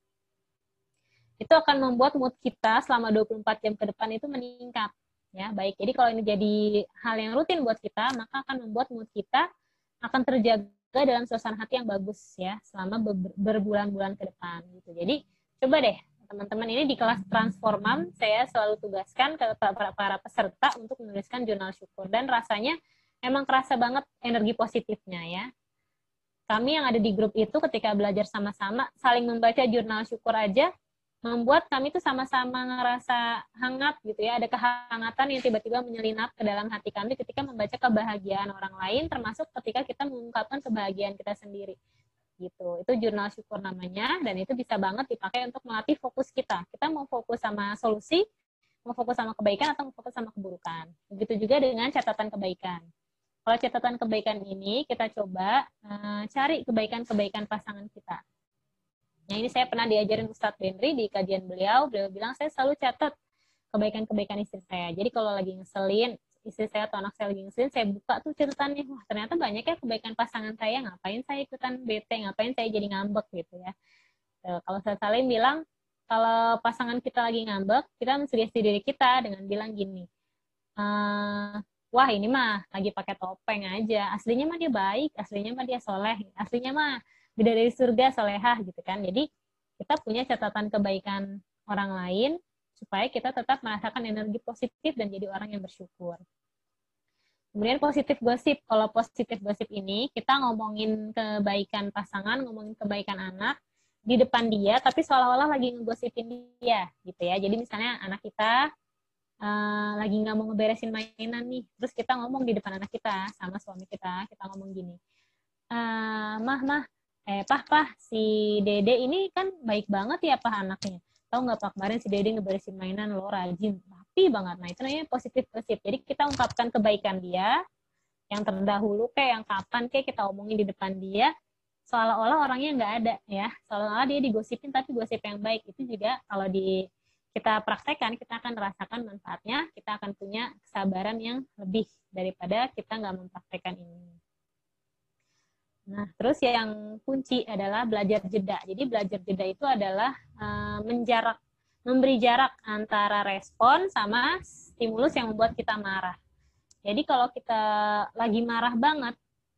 itu akan membuat mood kita selama 24 jam ke depan itu meningkat. Ya, baik. Jadi kalau ini jadi hal yang rutin buat kita, maka akan membuat mood kita akan terjaga dalam suasana hati yang bagus ya selama berbulan-bulan ke depan gitu. Jadi coba deh teman-teman, ini di kelas Transformam saya selalu tugaskan ke para peserta untuk menuliskan jurnal syukur, dan rasanya emang kerasa banget energi positifnya ya. Kami yang ada di grup itu ketika belajar sama-sama saling membaca jurnal syukur aja membuat kami tuh sama-sama ngerasa hangat gitu ya, ada kehangatan yang tiba-tiba menyelinap ke dalam hati kami ketika membaca kebahagiaan orang lain, termasuk ketika kita mengungkapkan kebahagiaan kita sendiri gitu. Itu jurnal syukur namanya, dan itu bisa banget dipakai untuk melatih fokus kita. Kita mau fokus sama solusi, mau fokus sama kebaikan, atau mau fokus sama keburukan. Begitu juga dengan catatan kebaikan. Kalau catatan kebaikan ini kita coba cari kebaikan-kebaikan pasangan kita. Nah, ini saya pernah diajarin Ustadz Benri di kajian beliau bilang saya selalu catat kebaikan-kebaikan istri saya. Jadi kalau lagi ngeselin, istri saya atau anak saya lagi ngeselin, saya buka tuh catatannya. Wah, ternyata banyak ya kebaikan pasangan saya, ngapain saya ikutan bete, ngapain saya jadi ngambek gitu ya. Kalau saya Salim bilang, kalau pasangan kita lagi ngambek, kita mensugesti diri kita dengan bilang gini, wah ini mah lagi pakai topeng aja, aslinya mah dia baik, aslinya mah dia soleh, aslinya mah bidadari surga solehah gitu kan. Jadi kita punya catatan kebaikan orang lain supaya kita tetap merasakan energi positif dan jadi orang yang bersyukur. Kemudian positif gosip. Kalau positif gosip ini kita ngomongin kebaikan pasangan, ngomongin kebaikan anak di depan dia, tapi seolah-olah lagi ngegosipin dia gitu ya. Jadi misalnya anak kita lagi nggak mau ngeberesin mainan nih, terus kita ngomong di depan anak kita sama suami kita ngomong gini, Pah, si Dede ini kan baik banget ya Pah anaknya. Tahu nggak Pak, kemarin si Dede ngeberesin mainan lo rajin, rapi banget. Nah itu namanya positif gosip. Jadi kita ungkapkan kebaikan dia, yang terdahulu kayak yang kapan kayak kita omongin di depan dia, seolah-olah orangnya nggak ada ya. Seolah-olah dia digosipin tapi gosip yang baik. Itu juga kalau kita praktekkan, kita akan merasakan manfaatnya, kita akan punya kesabaran yang lebih daripada kita nggak mempraktekkan ini. Nah, terus yang kunci adalah belajar jeda. Jadi belajar jeda itu adalah memberi jarak antara respon sama stimulus yang membuat kita marah. Jadi kalau kita lagi marah banget,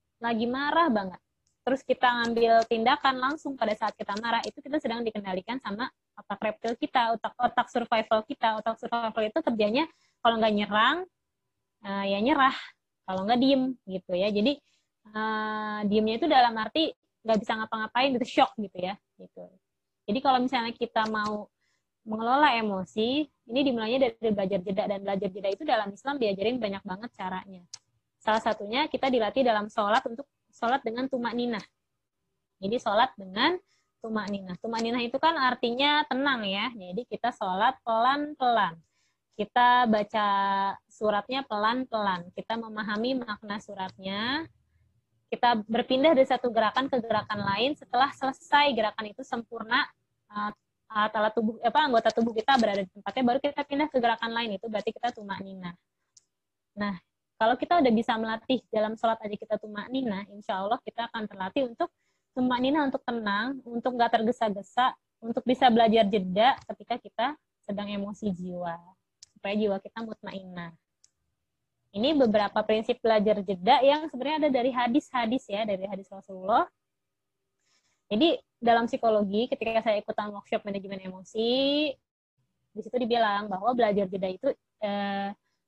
terus kita ngambil tindakan langsung pada saat kita marah, itu kita sedang dikendalikan sama otak reptil kita, otak survival kita. Otak survival itu kerjanya kalau nggak nyerang, ya nyerah. Kalau nggak diem gitu ya. Jadi diemnya itu dalam arti nggak bisa ngapa-ngapain, itu shock gitu ya gitu. Jadi kalau misalnya kita mau mengelola emosi, ini dimulainya dari belajar jeda, dan belajar jeda itu dalam Islam diajarin banyak banget caranya. Salah satunya kita dilatih dalam sholat untuk sholat dengan tumak ninah. Jadi sholat dengan tumak ninah. Tumak ninah itu kan artinya tenang ya. Jadi kita sholat pelan-pelan. Kita baca suratnya pelan-pelan. Kita memahami makna suratnya. Kita berpindah dari satu gerakan ke gerakan lain. Setelah selesai gerakan itu sempurna, anggota tubuh kita berada di tempatnya, baru kita pindah ke gerakan lain. Itu berarti kita tumak ninah. Nah, kalau kita udah bisa melatih dalam sholat aja kita tumak ninah, insya Allah kita akan terlatih untuk tumak ninah, untuk tenang, untuk nggak tergesa-gesa, untuk bisa belajar jeda ketika kita sedang emosi jiwa, supaya jiwa kita mutmainnah. Ini beberapa prinsip belajar jeda yang sebenarnya ada dari hadis-hadis ya, dari hadis Rasulullah. Jadi dalam psikologi, ketika saya ikutan workshop manajemen emosi, di situ dibilang bahwa belajar jeda itu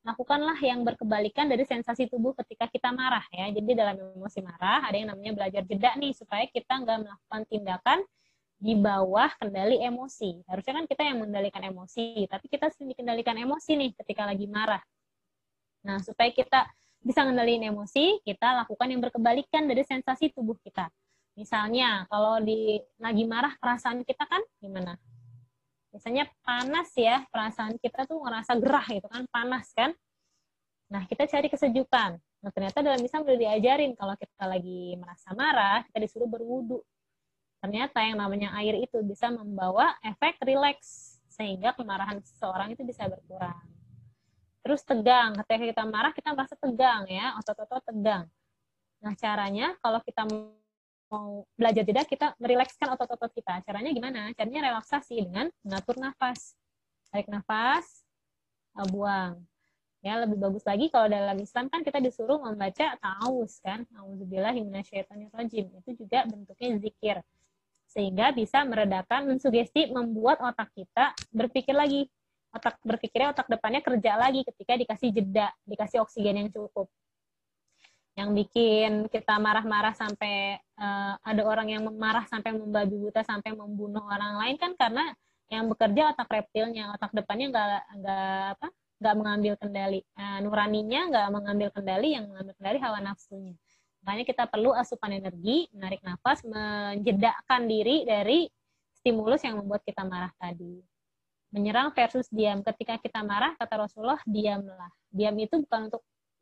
lakukanlah yang berkebalikan dari sensasi tubuh ketika kita marah ya. Jadi dalam emosi marah ada yang namanya belajar jeda nih supaya kita nggak melakukan tindakan di bawah kendali emosi. Harusnya kan kita yang mengendalikan emosi, tapi kita sering dikendalikan emosi nih ketika lagi marah. Nah, supaya kita bisa ngendaliin emosi, kita lakukan yang berkebalikan dari sensasi tubuh kita. Misalnya, kalau lagi marah, perasaan kita kan gimana? Biasanya panas ya, perasaan kita tuh ngerasa gerah gitu kan, panas kan. Nah, kita cari kesejukan. Nah, ternyata dalam Islam udah diajarin kalau kita lagi merasa marah, kita disuruh berwudu. Ternyata yang namanya air itu bisa membawa efek rileks, sehingga kemarahan seseorang itu bisa berkurang. Terus tegang, ketika kita marah, kita merasa tegang ya, otot-otot tegang. Nah, caranya kalau kita mau belajar jeda, kita merilekskan otot-otot kita. Caranya gimana? Caranya relaksasi dengan mengatur nafas. Tarik nafas, buang. Ya, lebih bagus lagi kalau dalam Islam kan kita disuruh membaca ta'awuz kan. Auzubillahi minasyaitonirrajim. Itu juga bentuknya zikir. Sehingga bisa meredakan, mensugesti, membuat otak kita berpikir lagi. Otak depannya kerja lagi ketika dikasih jeda, dikasih oksigen yang cukup. Yang bikin kita marah-marah sampai ada orang yang marah sampai membabi buta sampai membunuh orang lain kan karena yang bekerja otak reptilnya, otak depannya nggak mengambil kendali, nuraninya nggak mengambil kendali, yang mengambil kendali hawa nafsunya. Makanya kita perlu asupan energi, menarik nafas, menjedakan diri dari stimulus yang membuat kita marah tadi. Menyerang versus diam. Ketika kita marah, kata Rasulullah, diamlah. Diam itu bukan untuk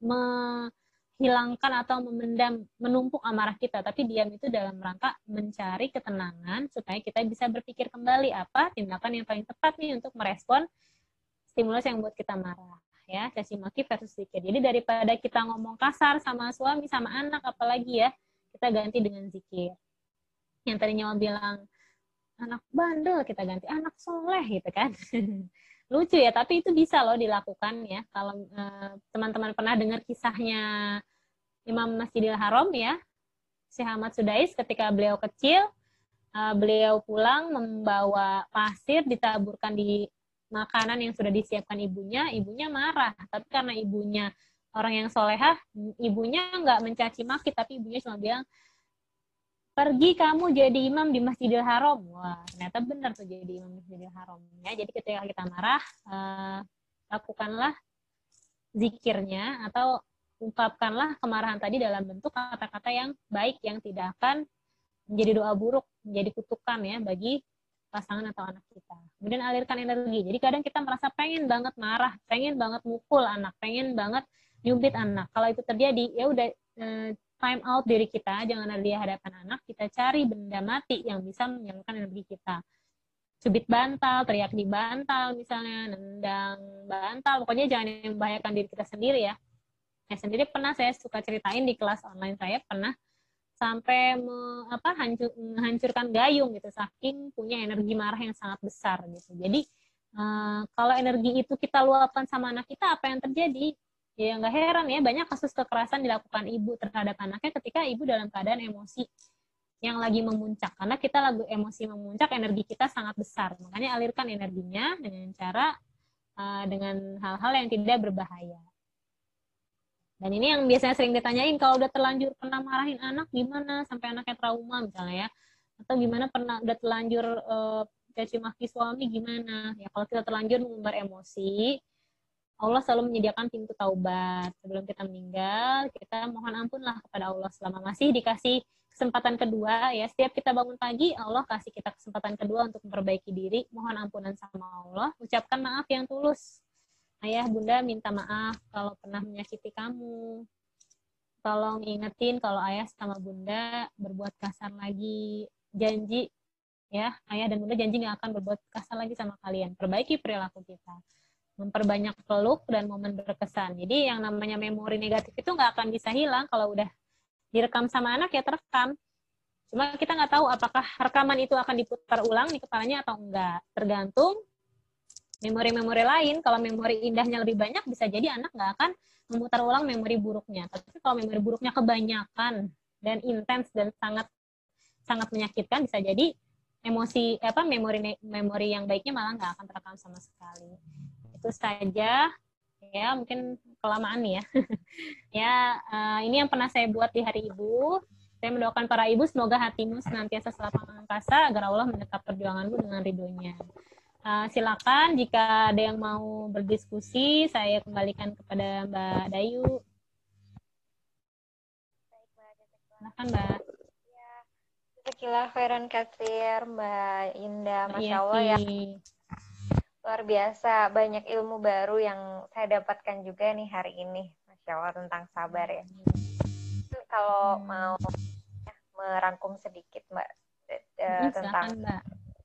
hilangkan atau memendam, menumpuk amarah kita, tapi diam itu dalam rangka mencari ketenangan supaya kita bisa berpikir kembali apa tindakan yang paling tepat nih untuk merespon stimulus yang buat kita marah ya, caci maki versus zikir. Jadi daripada kita ngomong kasar sama suami sama anak apalagi ya, kita ganti dengan zikir. Yang tadinya bilang anak bandel, kita ganti anak soleh gitu kan. Lucu ya, tapi itu bisa loh dilakukan ya. Kalau teman-teman pernah dengar kisahnya Imam Masjidil Haram ya, Syekh Ahmad Sudais ketika beliau kecil, beliau pulang membawa pasir ditaburkan di makanan yang sudah disiapkan ibunya marah. Tapi karena ibunya orang yang solehah, ibunya nggak mencaci maki, tapi ibunya cuma bilang, pergi kamu jadi imam di Masjidil Haram. Wah, ternyata benar tuh jadi imam di Masjidil Haram. Ya, jadi ketika kita marah, lakukanlah zikirnya atau ungkapkanlah kemarahan tadi dalam bentuk kata-kata yang baik yang tidak akan menjadi doa buruk, menjadi kutukan ya bagi pasangan atau anak kita. Kemudian alirkan energi. Jadi kadang kita merasa pengen banget marah, pengen banget mukul anak, pengen banget nyubit anak. Kalau itu terjadi, ya udah time out diri kita, jangan ada di hadapan anak, kita cari benda mati yang bisa menyalurkan energi kita. Cubit bantal, teriak di bantal misalnya, nendang bantal, pokoknya jangan yang membahayakan diri kita sendiri ya. Saya sendiri pernah, saya suka ceritain di kelas online saya, pernah sampai menghancurkan gayung gitu, saking punya energi marah yang sangat besar gitu. Jadi kalau energi itu kita luapkan sama anak kita, apa yang terjadi? Ya nggak heran ya, banyak kasus kekerasan dilakukan ibu terhadap anaknya ketika ibu dalam keadaan emosi yang lagi memuncak. Karena kita lagi emosi memuncak, energi kita sangat besar. Makanya alirkan energinya dengan cara dengan hal-hal yang tidak berbahaya. Dan ini yang biasanya sering ditanyain, kalau udah terlanjur pernah marahin anak, gimana sampai anaknya trauma misalnya ya. Atau gimana pernah udah terlanjur caci maki suami, gimana. Ya kalau kita terlanjur mengumbar emosi, Allah selalu menyediakan pintu taubat. Sebelum kita meninggal, kita mohon ampunlah kepada Allah selama masih dikasih kesempatan kedua ya. Setiap kita bangun pagi, Allah kasih kita kesempatan kedua untuk memperbaiki diri, mohon ampunan sama Allah, ucapkan maaf yang tulus. Ayah, bunda minta maaf kalau pernah menyakiti kamu. Tolong ingetin kalau ayah sama bunda berbuat kasar lagi. Janji ya, ayah dan bunda janji nggak akan berbuat kasar lagi sama kalian. Perbaiki perilaku kita. Memperbanyak peluk dan momen berkesan. Jadi yang namanya memori negatif itu nggak akan bisa hilang kalau udah direkam sama anak ya terekam. Cuma kita nggak tahu apakah rekaman itu akan diputar ulang di kepalanya atau enggak. Tergantung memori-memori lain. Kalau memori indahnya lebih banyak, bisa jadi anak nggak akan memutar ulang memori buruknya. Tapi kalau memori buruknya kebanyakan dan intens dan sangat menyakitkan, bisa jadi memori yang baiknya malah nggak akan terekam sama sekali. Itu saja Ya, mungkin kelamaan nih ya. Ya, ini yang pernah saya buat di Hari Ibu. Saya mendoakan para ibu, semoga hatimu senantiasa selapang angkasa, agar Allah menetap perjuanganmu dengan ridhonya. Silakan jika ada yang mau berdiskusi, saya kembalikan kepada Mbak Dayu. Silakan Mbak. Jazakallah khairan katsir, Mbak Indah. Masya Iya, Allah ya, luar biasa. Banyak ilmu baru yang saya dapatkan juga nih hari ini. Masya Allah tentang sabar ya. Kalau mau merangkum sedikit Mbak tentang Silakan Mbak.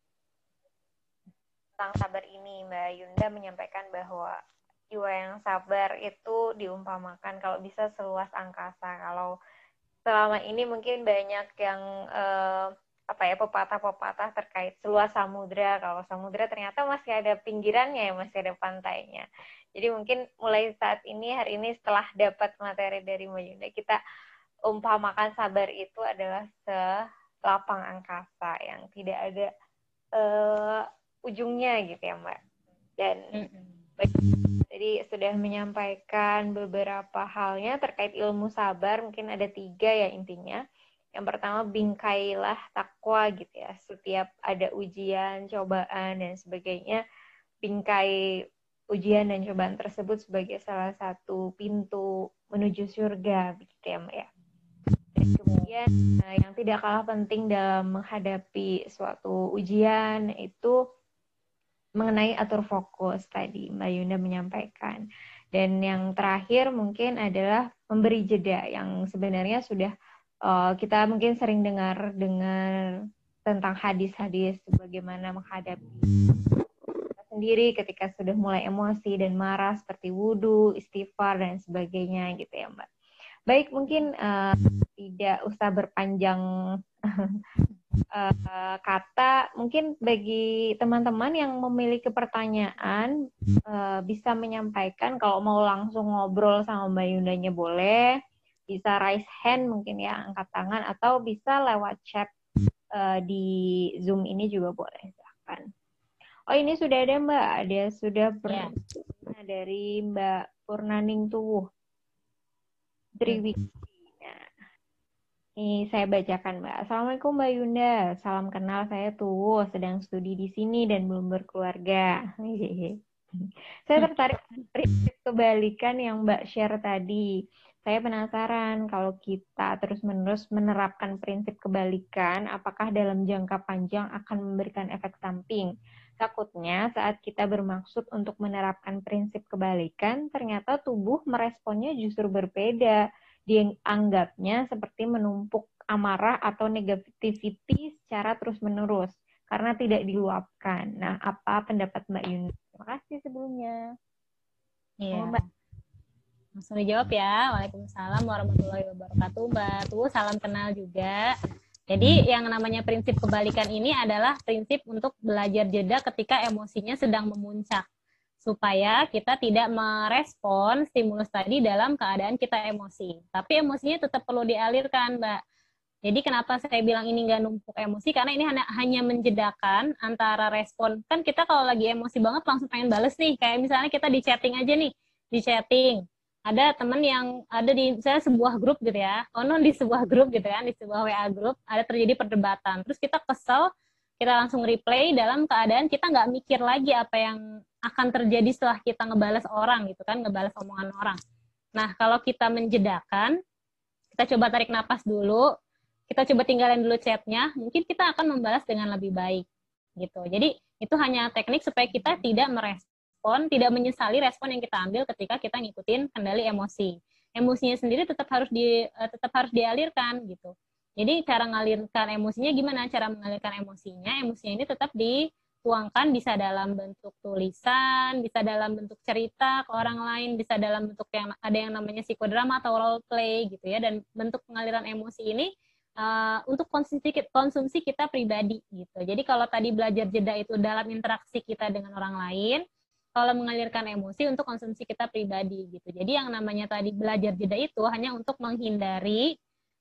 sabar ini, Mbak Yunda menyampaikan bahwa jiwa yang sabar itu diumpamakan kalau bisa seluas angkasa. Kalau selama ini mungkin banyak yang pepatah-pepatah terkait seluas samudra. Kalau samudra ternyata masih ada pinggirannya ya, masih ada pantainya. Jadi mungkin mulai saat ini, hari ini setelah dapat materi dari Mbak Yunda, kita umpamakan sabar itu adalah selapang angkasa yang tidak ada ujungnya gitu ya Mbak. Dan jadi sudah menyampaikan beberapa halnya terkait ilmu sabar, mungkin ada 3 ya intinya. Yang pertama, bingkailah takwa gitu ya. Setiap ada ujian, cobaan, dan sebagainya, bingkai ujian dan cobaan tersebut sebagai salah satu pintu menuju surga begitu ya Mbak ya. Dan kemudian yang tidak kalah penting dalam menghadapi suatu ujian itu mengenai atur fokus tadi Mbak Yunda menyampaikan. Dan yang terakhir mungkin adalah memberi jeda yang sebenarnya sudah kita mungkin sering dengar tentang hadis-hadis bagaimana menghadapi sendiri ketika sudah mulai emosi dan marah seperti wudhu, istighfar dan sebagainya gitu ya Mbak. Baik, mungkin tidak usah berpanjang kata, mungkin bagi teman-teman yang memiliki pertanyaan bisa menyampaikan. Kalau mau langsung ngobrol sama Mbak Yundanya boleh, bisa raise hand mungkin ya, angkat tangan, atau bisa lewat chat di Zoom ini juga boleh, silahkan. Oh, ini sudah ada Mbak, ada sudah dari Mbak Purnaning Tuwuh Triwiki. Ini saya bacakan Mbak. Assalamualaikum Mbak Yunda. Salam kenal, saya Tuwo, sedang studi di sini dan belum berkeluarga. Saya tertarik prinsip kebalikan yang Mbak share tadi. Saya penasaran kalau kita terus-menerus menerapkan prinsip kebalikan, apakah dalam jangka panjang akan memberikan efek samping? Takutnya saat kita bermaksud untuk menerapkan prinsip kebalikan, ternyata tubuh meresponnya justru berbeda. Dianggapnya seperti menumpuk amarah atau negativity secara terus-menerus karena tidak diluapkan. Nah, apa pendapat Mbak Yuni? Terima kasih sebelumnya. Iya. Mbak. Langsung dijawab ya. Waalaikumsalam warahmatullahi wabarakatuh. Mbak Tuh, salam kenal juga. Jadi yang namanya prinsip kebalikan ini adalah prinsip untuk belajar jeda ketika emosinya sedang memuncak. Supaya kita tidak merespon stimulus tadi dalam keadaan kita emosi. Tapi emosinya tetap perlu dialirkan, Mbak. Jadi kenapa saya bilang ini nggak numpuk emosi, karena ini hanya menjedakan antara respon. Kan kita kalau lagi emosi banget langsung pengen bales nih. Kayak misalnya kita di chatting aja nih. Di chatting. Ada teman yang ada di saya sebuah grup gitu ya. Di sebuah grup gitu kan, di sebuah WA grup, ada terjadi perdebatan. Terus kita kesel, kita langsung replay dalam keadaan kita nggak mikir lagi apa yang akan terjadi setelah kita ngebales orang gitu kan, ngebales omongan orang. Nah, kalau kita menjedakan, kita coba tarik napas dulu, kita coba tinggalin dulu chatnya, mungkin kita akan membalas dengan lebih baik gitu. Jadi itu hanya teknik supaya kita tidak merespon, tidak menyesali respon yang kita ambil ketika kita ngikutin kendali emosi. Emosinya sendiri tetap harus dialirkan gitu. Jadi cara mengalirkan emosinya gimana? Cara mengalirkan emosinya ini tetap dituangkan, bisa dalam bentuk tulisan, bisa dalam bentuk cerita ke orang lain, bisa dalam bentuk yang ada yang namanya psikodrama atau role play gitu ya. Dan bentuk pengaliran emosi ini untuk konsumsi kita pribadi gitu. Jadi kalau tadi belajar jeda itu dalam interaksi kita dengan orang lain, kalau mengalirkan emosi untuk konsumsi kita pribadi gitu. Jadi yang namanya tadi belajar jeda itu hanya untuk menghindari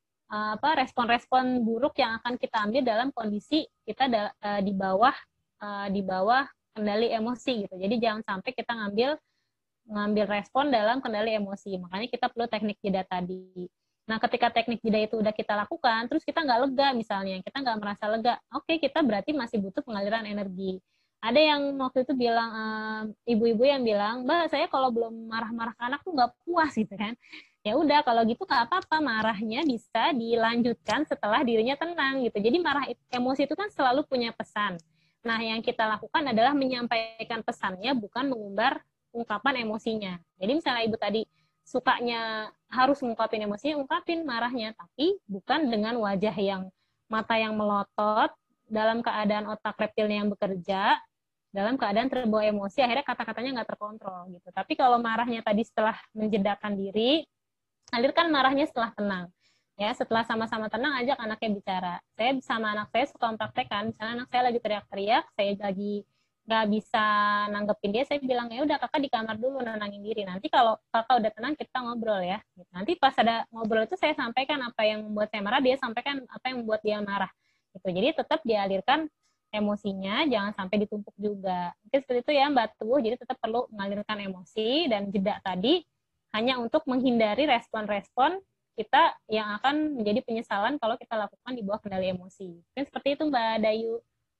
respon-respon buruk yang akan kita ambil dalam kondisi kita di bawah kendali emosi gitu. Jadi jangan sampai kita ngambil ngambil respon dalam kendali emosi. Makanya kita perlu teknik jeda tadi. Nah, ketika teknik jeda itu udah kita lakukan, terus kita nggak lega misalnya, kita nggak merasa lega, oke, kita berarti masih butuh pengaliran energi. Ada yang waktu itu bilang, ibu-ibu yang bilang, Mbak, saya kalau belum marah-marah ke anak tuh nggak puas gitu kan. Ya udah, kalau gitu nggak apa-apa, marahnya bisa dilanjutkan setelah dirinya tenang gitu. Jadi emosi itu kan selalu punya pesan. Nah, yang kita lakukan adalah menyampaikan pesannya, bukan mengumbar ungkapan emosinya. Jadi misalnya ibu tadi sukanya harus ngungkapin emosinya, ungkapin marahnya, tapi bukan dengan wajah yang mata yang melotot, dalam keadaan otak reptilnya yang bekerja, dalam keadaan terbawa emosi, akhirnya kata-katanya nggak terkontrol gitu. Tapi kalau marahnya tadi setelah menjedakan diri, alirkan marahnya setelah tenang. Ya, setelah sama-sama tenang, ajak anaknya bicara. Saya sama anak saya suka mempraktekkan, misalnya anak saya lagi teriak-teriak, saya lagi nggak bisa nanggepin dia, saya bilang, ya udah kakak di kamar dulu nenangin diri. Nanti kalau kakak udah tenang, kita ngobrol ya. Nanti pas ada ngobrol itu saya sampaikan apa yang membuat saya marah, dia sampaikan apa yang membuat dia marah. Gitu. Jadi tetap dialirkan emosinya, jangan sampai ditumpuk juga. Mungkin seperti itu ya Mbak Tuh, jadi tetap perlu mengalirkan emosi dan jeda tadi hanya untuk menghindari respon-respon kita yang akan menjadi penyesalan kalau kita lakukan di bawah kendali emosi. Mungkin seperti itu Mbak Dayu.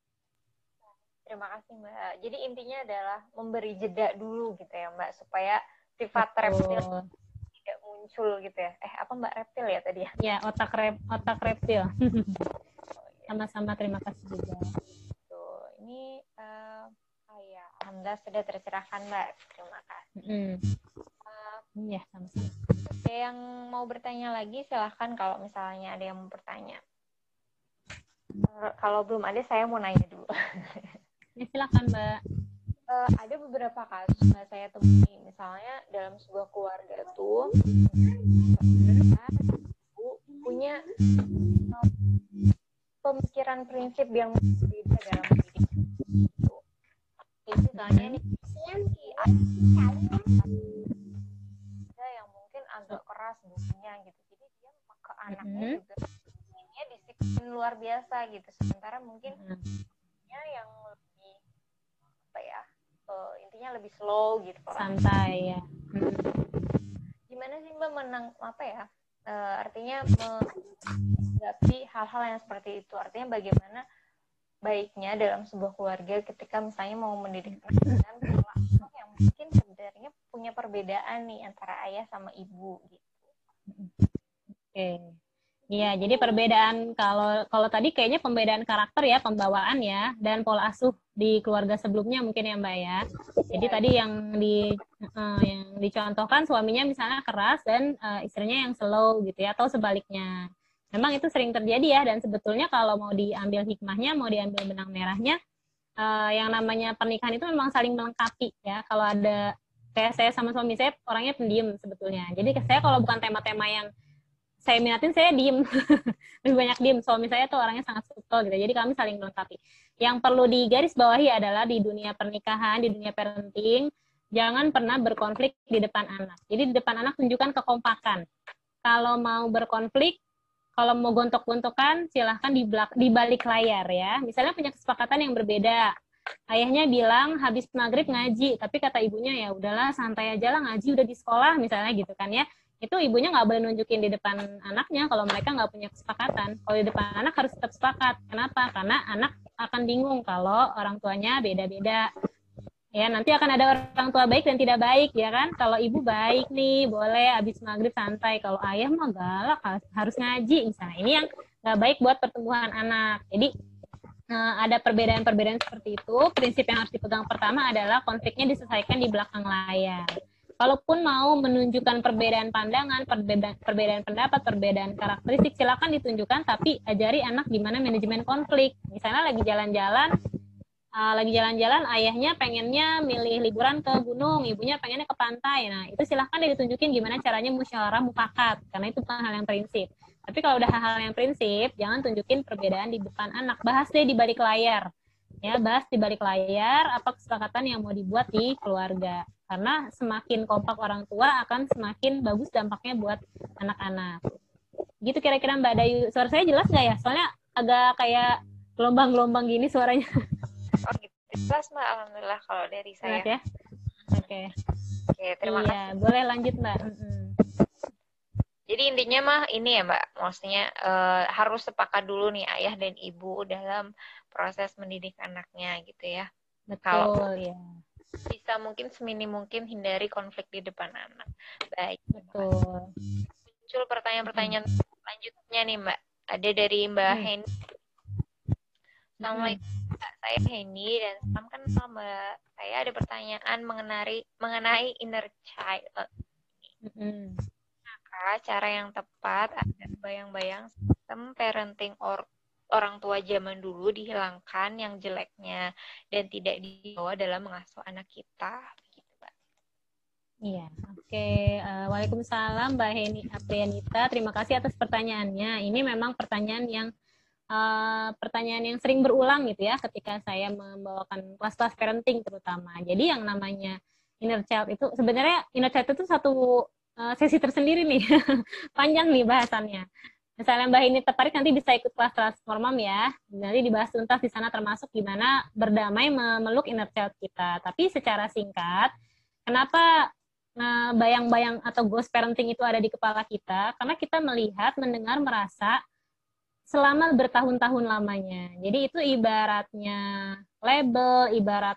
Terima kasih Mbak. Jadi intinya adalah memberi jeda dulu gitu ya Mbak, supaya sifat reptil tidak muncul gitu ya. Apa Mbak, reptil ya tadi ya? Ya, otak reptil. Sama-sama, terima kasih juga. Tuh, ini ya, alhamdulillah sudah tercerahkan Mbak. Terima kasih. Iya, sama-sama. Ada yang mau bertanya lagi, silahkan kalau misalnya ada yang mau bertanya. Kalau belum ada, saya mau nanya dulu. Ya, silakan Mbak. Ada beberapa kasus Mbak saya temui, misalnya dalam sebuah keluarga tuh punya pemikiran prinsip yang berbeda dalam mendidik. Misalnya nih, ada yang mungkin agak keras bukunya gitu, jadi dia ke anaknya juga inginnya disiplin luar biasa gitu, sementara mungkin yang lebih apa ya, intinya lebih slow gitu, santai ya. Gimana sih Mbak artinya menghadapi hal-hal yang seperti itu, artinya bagaimana baiknya dalam sebuah keluarga ketika misalnya mau mendidik anak dengan pola yang mungkin sebenarnya punya perbedaan nih antara ayah sama ibu gitu. Oke. Iya, jadi perbedaan kalau tadi kayaknya pembedaan karakter ya, pembawaan ya, dan pola asuh di keluarga sebelumnya mungkin ya Mbak ya. Jadi tadi yang dicontohkan suaminya misalnya keras dan istrinya yang slow gitu ya, atau sebaliknya. Memang itu sering terjadi ya, dan sebetulnya kalau mau diambil hikmahnya, mau diambil benang merahnya, yang namanya pernikahan itu memang saling melengkapi ya. Kalau ada kayak saya sama suami saya orangnya pendiam sebetulnya. Jadi saya kalau bukan tema-tema yang saya minatin, saya diem. Lebih banyak diem. Suami saya tuh orangnya sangat subtle gitu. Jadi kami saling melengkapi. Yang perlu digarisbawahi adalah di dunia pernikahan, di dunia parenting, jangan pernah berkonflik di depan anak. Jadi di depan anak tunjukkan kekompakan. Kalau mau berkonflik, kalau mau gontok-gontokan, silahkan di balik layar ya. Misalnya punya kesepakatan yang berbeda. Ayahnya bilang habis maghrib ngaji, tapi kata ibunya ya udahlah santai aja lah, ngaji udah di sekolah misalnya gitu kan ya. Itu ibunya nggak boleh nunjukin di depan anaknya kalau mereka nggak punya kesepakatan. Kalau di depan anak harus tetap sepakat. Kenapa? Karena anak akan bingung kalau orang tuanya beda-beda. Ya, nanti akan ada orang tua baik dan tidak baik, ya kan? Kalau ibu baik nih, boleh habis maghrib santai. Kalau ayah mah galak, harus ngaji. Misalnya, ini yang nggak baik buat pertumbuhan anak. Jadi, ada perbedaan-perbedaan seperti itu. Prinsip yang harus dipegang pertama adalah konfliknya diselesaikan di belakang layar. Kalaupun mau menunjukkan perbedaan pandangan, perbedaan pendapat, perbedaan karakteristik, silakan ditunjukkan, tapi ajari anak gimana manajemen konflik. Misalnya lagi jalan-jalan, ayahnya pengennya milih liburan ke gunung, ibunya pengennya ke pantai. Nah, itu silahkan ditunjukin gimana caranya musyawarah mufakat, karena itu bukan hal yang prinsip. Tapi kalau udah hal-hal yang prinsip, jangan tunjukin perbedaan di depan anak. Bahas deh di balik layar. Ya, bahas di balik layar apa kesepakatan yang mau dibuat di keluarga. Karena semakin kompak orang tua akan semakin bagus dampaknya buat anak-anak. Gitu kira-kira Mbak Dayu. Suara saya jelas nggak ya? Soalnya agak kayak gelombang-gelombang gini suaranya. Oh gitu. Jelas Mbak, alhamdulillah kalau dari saya. Jelas ya? Oke. Oke, terima Iya, kasih. boleh lanjut Mbak. Jadi intinya mah ini ya Mbak, maksudnya harus sepakat dulu nih ayah dan ibu dalam proses mendidik anaknya gitu ya. Kalau Betul ya, bisa mungkin seminim mungkin hindari konflik di depan anak. Baik, terima kasih. betul. Muncul Mm-mm. pertanyaan-pertanyaan selanjutnya nih Mbak. Ada dari Mbak Mm-mm. Heni. Mm-mm. Assalamualaikum Mbak, saya Heni dan salam kenal Mbak. Saya ada pertanyaan mengenai inner child. Mm-mm. Cara yang tepat agar bayang-bayang sistem parenting orang tua zaman dulu dihilangkan yang jeleknya dan tidak dibawa dalam mengasuh anak kita. Begitu, Mbak. Iya, oke. Waalaikumsalam Mbak Heni Aprianita. Terima kasih atas pertanyaannya. Ini memang pertanyaan yang sering berulang gitu ya ketika saya membawakan kelas-kelas parenting terutama. Jadi yang namanya inner child itu sebenarnya inner child itu satu sesi tersendiri nih. Panjang nih bahasannya. Misalnya Mbak ini tertarik nanti bisa ikut kelas Transformam ya. Nanti dibahas tuntas di sana termasuk gimana berdamai memeluk inner child kita. Tapi secara singkat, kenapa bayang-bayang atau ghost parenting itu ada di kepala kita? Karena kita melihat, mendengar, merasa selama bertahun-tahun lamanya. Jadi itu ibaratnya label, ibarat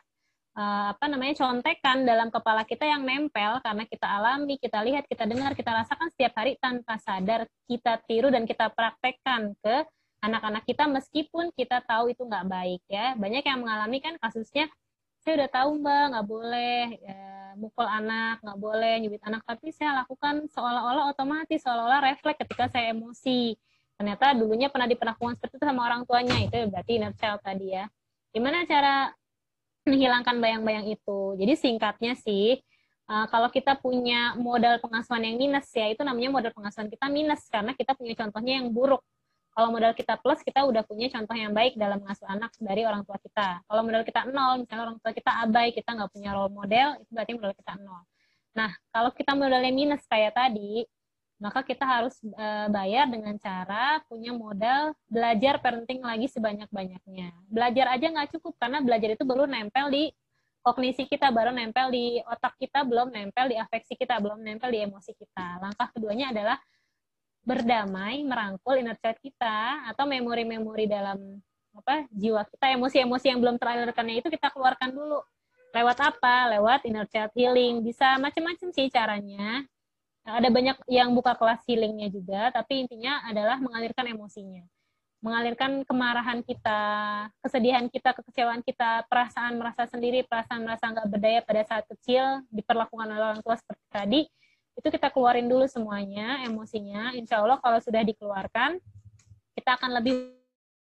contekan dalam kepala kita yang nempel karena kita alami, kita lihat, kita dengar, kita rasakan setiap hari tanpa sadar kita tiru dan kita praktekkan ke anak-anak kita meskipun kita tahu itu nggak baik ya. Banyak yang mengalami kan kasusnya, saya udah tahu Mbak nggak boleh mukul anak, nggak boleh nyubit anak, tapi saya lakukan seolah-olah otomatis, seolah-olah refleks ketika saya emosi. Ternyata dulunya pernah diperlakukan seperti itu sama orang tuanya, itu berarti inner child tadi ya. Gimana cara menghilangkan bayang-bayang itu? Jadi singkatnya sih, kalau kita punya modal pengasuhan yang minus ya, itu namanya modal pengasuhan kita minus karena kita punya contohnya yang buruk. Kalau modal kita plus, kita udah punya contoh yang baik dalam mengasuh anak dari orang tua kita. Kalau modal kita nol, misalnya orang tua kita abai, kita nggak punya role model, itu berarti modal kita nol. Nah, kalau kita modalnya minus kayak tadi, maka kita harus bayar dengan cara punya modal belajar parenting lagi sebanyak-banyaknya. Belajar aja nggak cukup, karena belajar itu baru nempel di kognisi kita, baru nempel di otak kita, belum nempel di afeksi kita, belum nempel di emosi kita. Langkah keduanya adalah berdamai, merangkul inner child kita, atau memori-memori dalam jiwa kita, emosi-emosi yang belum teralirkannya itu kita keluarkan dulu. Lewat apa? Lewat inner child healing. Bisa macam-macam sih caranya. Ada banyak yang buka kelas healingnya juga, tapi intinya adalah mengalirkan emosinya. Mengalirkan kemarahan kita, kesedihan kita, kekecewaan kita, perasaan merasa sendiri, perasaan merasa nggak berdaya pada saat kecil, diperlakukan oleh orang tua seperti tadi, itu kita keluarin dulu semuanya, emosinya. Insya Allah kalau sudah dikeluarkan, kita akan lebih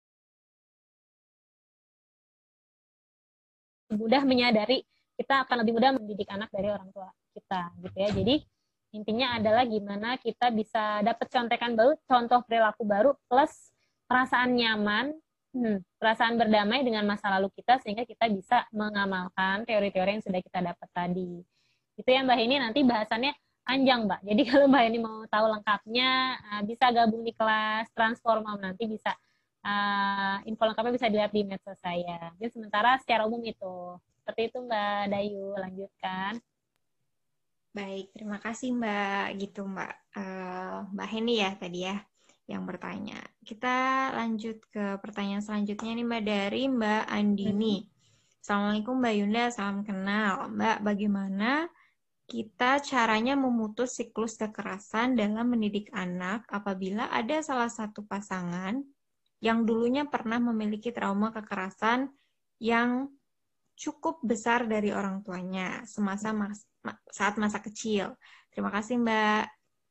mudah menyadari, kita akan lebih mudah mendidik anak dari orang tua kita, gitu ya. Jadi intinya adalah gimana kita bisa dapat contekan baru, contoh perilaku baru, plus perasaan nyaman, perasaan berdamai dengan masa lalu kita, sehingga kita bisa mengamalkan teori-teori yang sudah kita dapat tadi. Itu ya Mbak ini nanti bahasannya panjang Mbak. Jadi kalau Mbak ini mau tahu lengkapnya, bisa gabung di kelas Transformam, nanti bisa info lengkapnya bisa dilihat di medsos saya. Jadi sementara secara umum itu. Seperti itu Mbak Dayu, lanjutkan. Baik, terima kasih Mbak. Gitu Mbak. Mbak Heni ya tadi ya yang bertanya. Kita lanjut ke pertanyaan selanjutnya nih Mbak dari Mbak Andini. Assalamualaikum Mbak Yunda, salam kenal. Mbak, bagaimana kita caranya memutus siklus kekerasan dalam mendidik anak apabila ada salah satu pasangan yang dulunya pernah memiliki trauma kekerasan yang cukup besar dari orang tuanya saat masa kecil. Terima kasih, Mbak.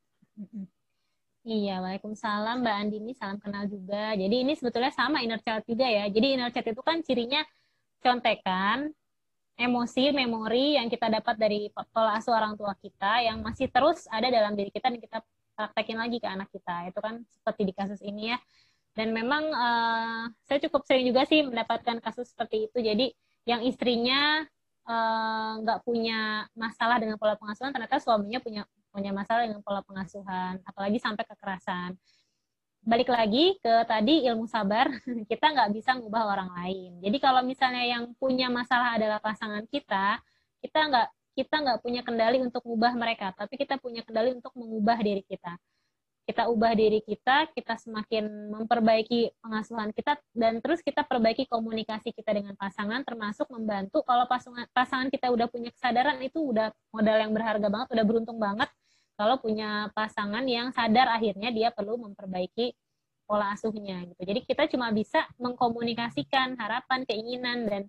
Iya, waalaikumsalam Mbak Andini, salam kenal juga. Jadi ini sebetulnya sama inner child juga ya. Jadi inner child itu kan cirinya contekan, emosi, memori yang kita dapat dari pola asuh orang tua kita yang masih terus ada dalam diri kita dan kita praktekin lagi ke anak kita. Itu kan seperti di kasus ini ya. Dan memang saya cukup sering juga sih mendapatkan kasus seperti itu. Jadi yang istrinya nggak punya masalah dengan pola pengasuhan, ternyata suaminya punya masalah dengan pola pengasuhan, apalagi sampai kekerasan. Balik lagi ke tadi ilmu sabar, kita nggak bisa ngubah orang lain. Jadi kalau misalnya yang punya masalah adalah pasangan kita nggak kita nggak punya kendali untuk mengubah mereka, tapi kita punya kendali untuk mengubah diri kita. Kita ubah diri kita semakin memperbaiki pengasuhan kita, dan terus kita perbaiki komunikasi kita dengan pasangan, termasuk membantu kalau pasangan kita udah punya kesadaran, itu udah modal yang berharga banget, udah beruntung banget kalau punya pasangan yang sadar akhirnya dia perlu memperbaiki pola asuhnya gitu. Jadi kita cuma bisa mengkomunikasikan harapan, keinginan, dan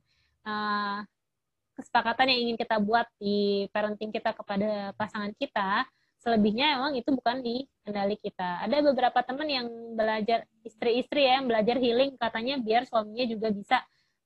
kesepakatan yang ingin kita buat di parenting kita kepada pasangan kita. Selebihnya emang itu bukan di kendali kita. Ada beberapa teman yang belajar, istri-istri ya, yang belajar healing, katanya biar suaminya juga bisa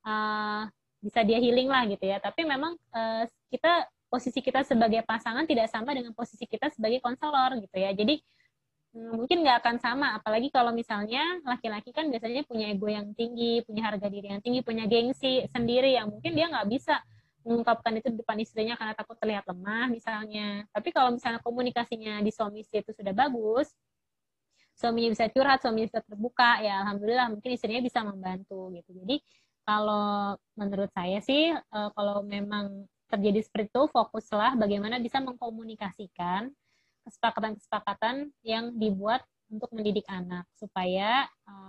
dia healing lah gitu ya. Tapi memang posisi kita sebagai pasangan tidak sama dengan posisi kita sebagai konselor gitu ya. Jadi mungkin nggak akan sama, apalagi kalau misalnya laki-laki kan biasanya punya ego yang tinggi, punya harga diri yang tinggi, punya gengsi sendiri yang mungkin dia nggak bisa mengungkapkan itu di depan istrinya karena takut terlihat lemah misalnya. Tapi kalau misalnya komunikasinya di suami istri itu sudah bagus, suaminya bisa curhat, suaminya bisa terbuka, ya alhamdulillah mungkin istrinya bisa membantu gitu. Jadi kalau menurut saya sih kalau memang terjadi seperti itu, fokuslah bagaimana bisa mengkomunikasikan kesepakatan-kesepakatan yang dibuat untuk mendidik anak supaya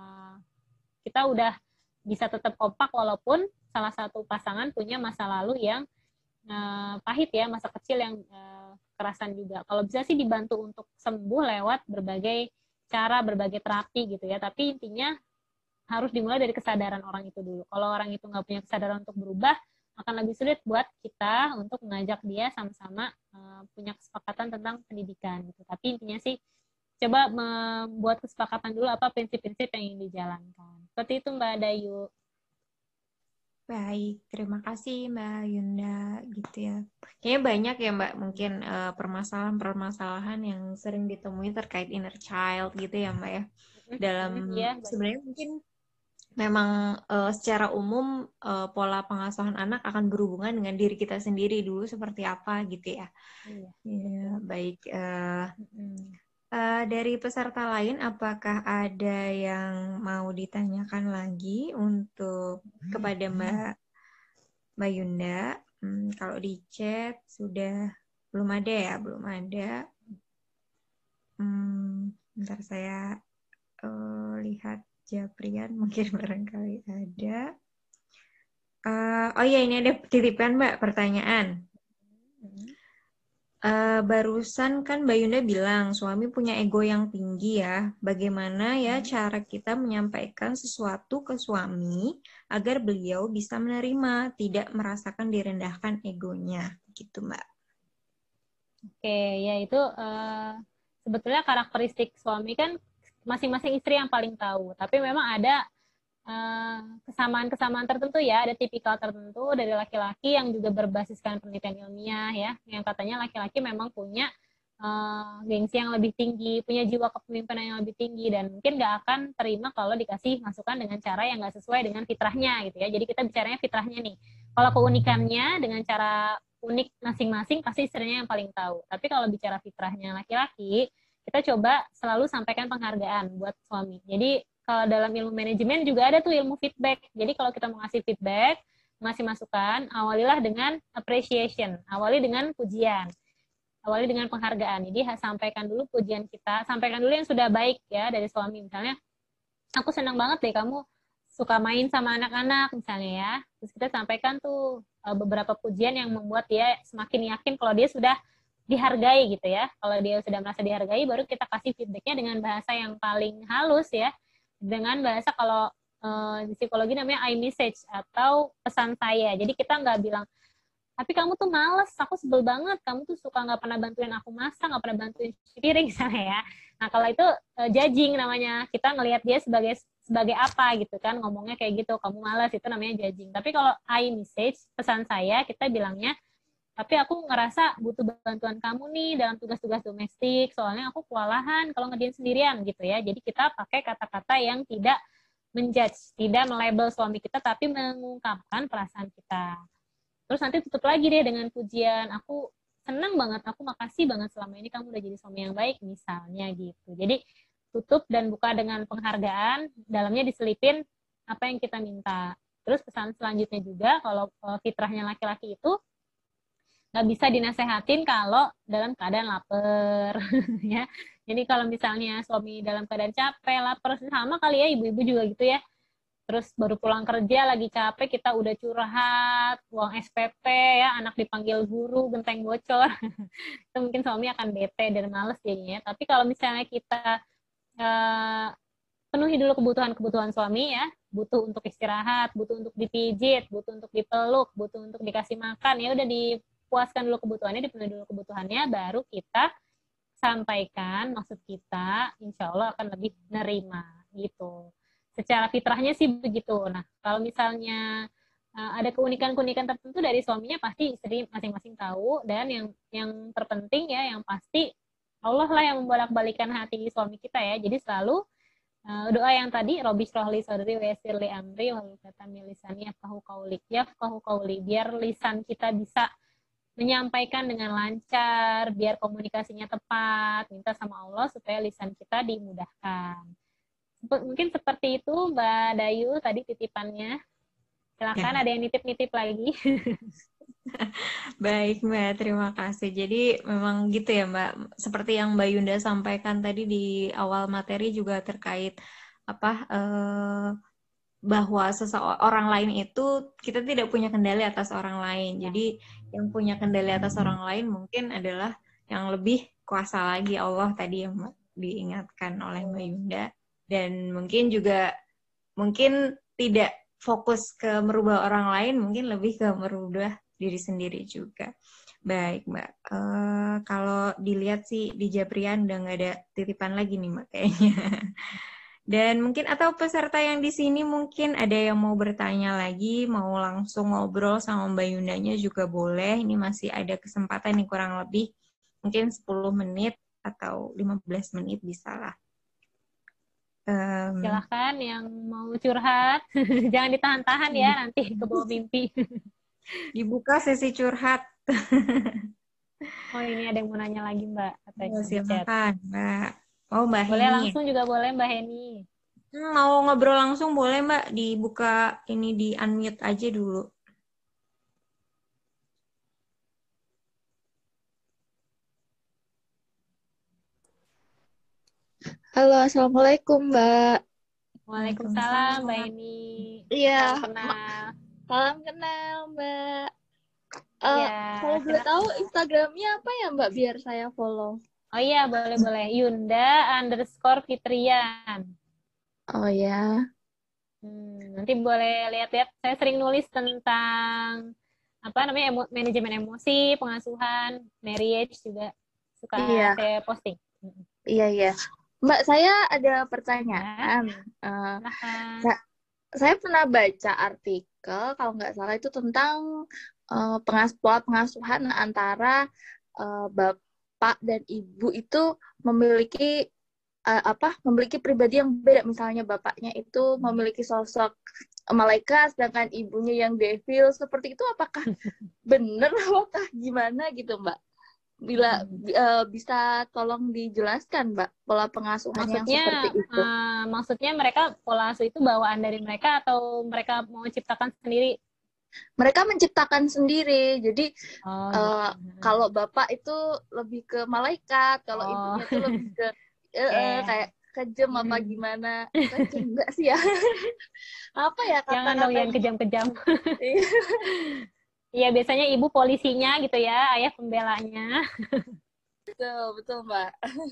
kita udah bisa tetap kompak walaupun salah satu pasangan punya masa lalu yang pahit ya, masa kecil yang kekerasan juga. Kalau bisa sih dibantu untuk sembuh lewat berbagai cara, berbagai terapi gitu ya. Tapi intinya harus dimulai dari kesadaran orang itu dulu. Kalau orang itu nggak punya kesadaran untuk berubah, akan lebih sulit buat kita untuk mengajak dia sama-sama punya kesepakatan tentang pendidikan gitu. Tapi intinya sih coba membuat kesepakatan dulu apa prinsip-prinsip yang ingin dijalankan. Seperti itu Mbak Dayu. Baik, terima kasih Mbak Yunda gitu ya. Kayaknya banyak ya Mbak mungkin permasalahan-permasalahan yang sering ditemui terkait inner child gitu ya Mbak ya. Dalam sebenarnya mungkin memang secara umum pola pengasuhan anak akan berhubungan dengan diri kita sendiri dulu seperti apa gitu ya. Ya, baik. Dari peserta lain, apakah ada yang mau ditanyakan lagi untuk kepada Mbak Yunda? Kalau di chat sudah belum ada ya, belum ada. Bentar saya lihat Japrian, mungkin barangkali ada. Oh iya, ini ada titipan Mbak, pertanyaan. Barusan kan Mbak Yunda bilang suami punya ego yang tinggi ya. Bagaimana ya cara kita menyampaikan sesuatu ke suami agar beliau bisa menerima, tidak merasakan direndahkan egonya, gitu Mbak. Oke, ya itu sebetulnya karakteristik suami kan masing-masing istri yang paling tahu. Tapi memang ada kesamaan-kesamaan tertentu ya, ada tipikal tertentu dari laki-laki yang juga berbasiskan penelitian ilmiah ya, yang katanya laki-laki memang punya gengsi yang lebih tinggi, punya jiwa kepemimpinan yang lebih tinggi, dan mungkin nggak akan terima kalau dikasih masukan dengan cara yang nggak sesuai dengan fitrahnya gitu ya. Jadi kita bicaranya fitrahnya nih. Kalau keunikannya dengan cara unik masing-masing pasti istrinya yang paling tahu. Tapi kalau bicara fitrahnya laki-laki, kita coba selalu sampaikan penghargaan buat suami. Jadi kalau dalam ilmu manajemen juga ada tuh ilmu feedback. Jadi kalau kita mau ngasih feedback, ngasih masukan, awalilah dengan appreciation, awali dengan pujian, awali dengan penghargaan. Jadi sampaikan dulu pujian kita, sampaikan dulu yang sudah baik ya dari suami. Misalnya, aku senang banget deh kamu suka main sama anak-anak misalnya ya. Terus kita sampaikan tuh beberapa pujian yang membuat dia semakin yakin kalau dia sudah dihargai gitu ya. Kalau dia sudah merasa dihargai, baru kita kasih feedbacknya dengan bahasa yang paling halus ya. Dengan bahasa kalau di psikologi namanya I message atau pesan saya. Jadi kita nggak bilang, tapi kamu tuh males, aku sebel banget, kamu tuh suka nggak pernah bantuin aku masak, nggak pernah bantuin cuci piring misalnya ya. Nah kalau itu judging namanya, kita ngelihat dia sebagai apa gitu kan, ngomongnya kayak gitu, kamu malas, itu namanya judging. Tapi kalau I message, pesan saya, kita bilangnya, tapi aku ngerasa butuh bantuan kamu nih dalam tugas-tugas domestik, soalnya aku kewalahan kalau ngerjain sendirian gitu ya. Jadi kita pakai kata-kata yang tidak menjudge, tidak melabel suami kita, tapi mengungkapkan perasaan kita. Terus nanti tutup lagi deh dengan pujian, aku senang banget, aku makasih banget selama ini kamu udah jadi suami yang baik, misalnya gitu. Jadi tutup dan buka dengan penghargaan, dalamnya diselipin apa yang kita minta. Terus pesan selanjutnya juga, kalau fitrahnya laki-laki itu, nggak bisa dinasehatin kalau dalam keadaan lapar ya. Jadi kalau misalnya suami dalam keadaan capek, lapar, sama kali ya ibu-ibu juga gitu ya. Terus baru pulang kerja lagi capek, kita udah curhat, uang SPP ya, anak dipanggil guru, genteng bocor. Itu mungkin suami akan bete dan males jadinya. Tapi kalau misalnya kita eh, penuhi dulu kebutuhan-kebutuhan suami ya, butuh untuk istirahat, butuh untuk dipijit, butuh untuk dipeluk, butuh untuk dikasih makan, ya udah dipuaskan dulu kebutuhannya, dipenuhi dulu kebutuhannya, baru kita sampaikan maksud kita, insya Allah akan lebih nerima gitu. Secara fitrahnya sih begitu. Nah, kalau misalnya ada keunikan-keunikan tertentu dari suaminya, pasti istri masing-masing tahu. Dan yang terpenting ya, yang pasti Allah lah yang membolak-balikan hati suami kita ya. Jadi selalu doa yang tadi, Robi Shrohli Sodri Wesir Li Amri Walu Kata Milisani Yafkahu Kaulik Yafkahu Kauli, biar lisan kita bisa menyampaikan dengan lancar, biar komunikasinya tepat, minta sama Allah supaya lisan kita dimudahkan. Mungkin seperti itu Mbak Dayu tadi titipannya. Silakan, ada yang nitip-nitip lagi. Baik Mbak, terima kasih. Jadi memang gitu ya Mbak, seperti yang Mbak Yunda sampaikan tadi di awal materi juga terkait bahwa seseorang lain itu kita tidak punya kendali atas orang lain. Jadi yang punya kendali atas orang lain mungkin adalah yang lebih kuasa lagi, Allah tadi yang diingatkan oleh Mbak Yunda. Dan mungkin juga tidak fokus ke merubah orang lain, mungkin lebih ke merubah diri sendiri juga. Baik Mbak, kalau dilihat sih di Japrian udah nggak ada titipan lagi nih Mbak kayaknya. Dan mungkin atau peserta yang di sini mungkin ada yang mau bertanya lagi, mau langsung ngobrol sama Mbak Yundanya juga boleh. Ini masih ada kesempatan nih, kurang lebih mungkin 10 menit atau 15 menit bisa lah. Silahkan yang mau curhat. Jangan ditahan-tahan ya, nanti kebawa mimpi. Dibuka sesi curhat. Oh, ini ada yang mau nanya lagi Mbak. Silakan Mbak. Oh, Mbak boleh Heni. Langsung juga boleh Mbak Heni. Mau ngobrol langsung boleh Mbak, dibuka ini, di unmute aja dulu. Halo, Assalamualaikum Mbak. Waalaikumsalam Mbak Heni. Iya. Salam kenal. Salam kenal Mbak. Iya, kalau boleh tahu Instagramnya apa ya Mbak, biar saya follow? Oh iya, boleh-boleh. Yunda_Fitrian. Oh ya. Nanti boleh lihat-lihat. Saya sering nulis tentang manajemen emosi, pengasuhan, marriage juga suka saya posting. Iya. Mbak, saya ada pertanyaan. Saya pernah baca artikel, kalau nggak salah itu tentang pola pengasuhan antara bapak dan ibu itu memiliki pribadi yang beda. Misalnya bapaknya itu memiliki sosok malaikat, sedangkan ibunya yang devil. Seperti itu apakah benar apakah gimana gitu Mbak? Bila bisa tolong dijelaskan Mbak pola pengasuhan yang seperti itu. Maksudnya mereka pola asuh itu bawaan dari mereka atau mereka mau ciptakan sendiri? Mereka menciptakan sendiri. Jadi kalau bapak itu lebih ke malaikat, kalau ibunya itu lebih ke kayak kejam apa gimana? Kejam enggak sih ya? Apa ya kata-kata? Jangan dong yang kejam-kejam. Iya, biasanya ibu polisinya gitu ya, ayah pembelanya. Betul Mbak.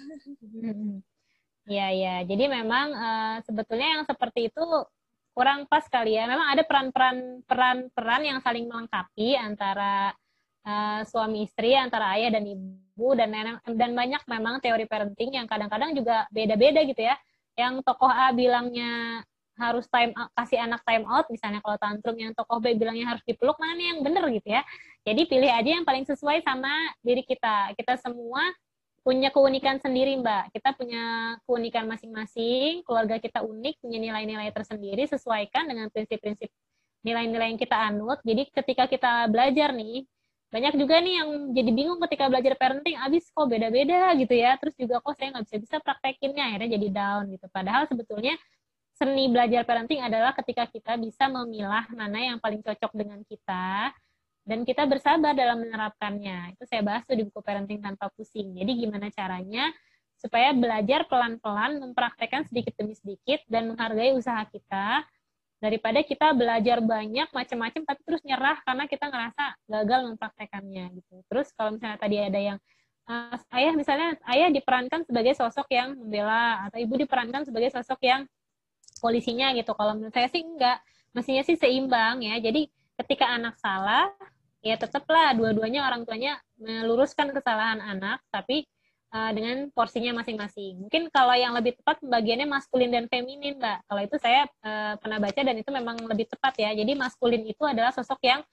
Iya. Jadi memang sebetulnya yang seperti itu kurang pas kali ya. Memang ada peran-peran yang saling melengkapi antara suami istri, antara ayah dan ibu, dan banyak memang teori parenting yang kadang-kadang juga beda-beda gitu ya. Yang tokoh A bilangnya harus kasih anak time out, misalnya kalau tantrum, yang tokoh B bilangnya harus dipeluk, mana nih yang bener gitu ya. Jadi pilih aja yang paling sesuai sama diri kita. Kita semua punya keunikan sendiri Mbak. Kita punya keunikan masing-masing, keluarga kita unik, punya nilai-nilai tersendiri, sesuaikan dengan prinsip-prinsip nilai-nilai yang kita anut. Jadi ketika kita belajar nih, banyak juga nih yang jadi bingung ketika belajar parenting, abis kok beda-beda gitu ya, terus juga kok saya nggak bisa praktekinnya, akhirnya jadi down gitu. Padahal sebetulnya seni belajar parenting adalah ketika kita bisa memilah mana yang paling cocok dengan kita, dan kita bersabar dalam menerapkannya. Itu saya bahas tuh di buku Parenting Tanpa Pusing. Jadi gimana caranya supaya belajar pelan-pelan, mempraktekkan sedikit demi sedikit, dan menghargai usaha kita, daripada kita belajar banyak macam-macam tapi terus nyerah karena kita ngerasa gagal mempraktekannya gitu. Terus kalau misalnya tadi ada yang ayah diperankan sebagai sosok yang membela, atau ibu diperankan sebagai sosok yang polisinya gitu. Kalau menurut saya sih enggak, mestinya sih seimbang ya. Jadi ketika anak salah, ya tetaplah dua-duanya orang tuanya meluruskan kesalahan anak, tapi dengan porsinya masing-masing. Mungkin kalau yang lebih tepat pembagiannya maskulin dan feminin, Mbak. Kalau itu saya pernah baca dan itu memang lebih tepat ya. Jadi maskulin itu adalah sosok yang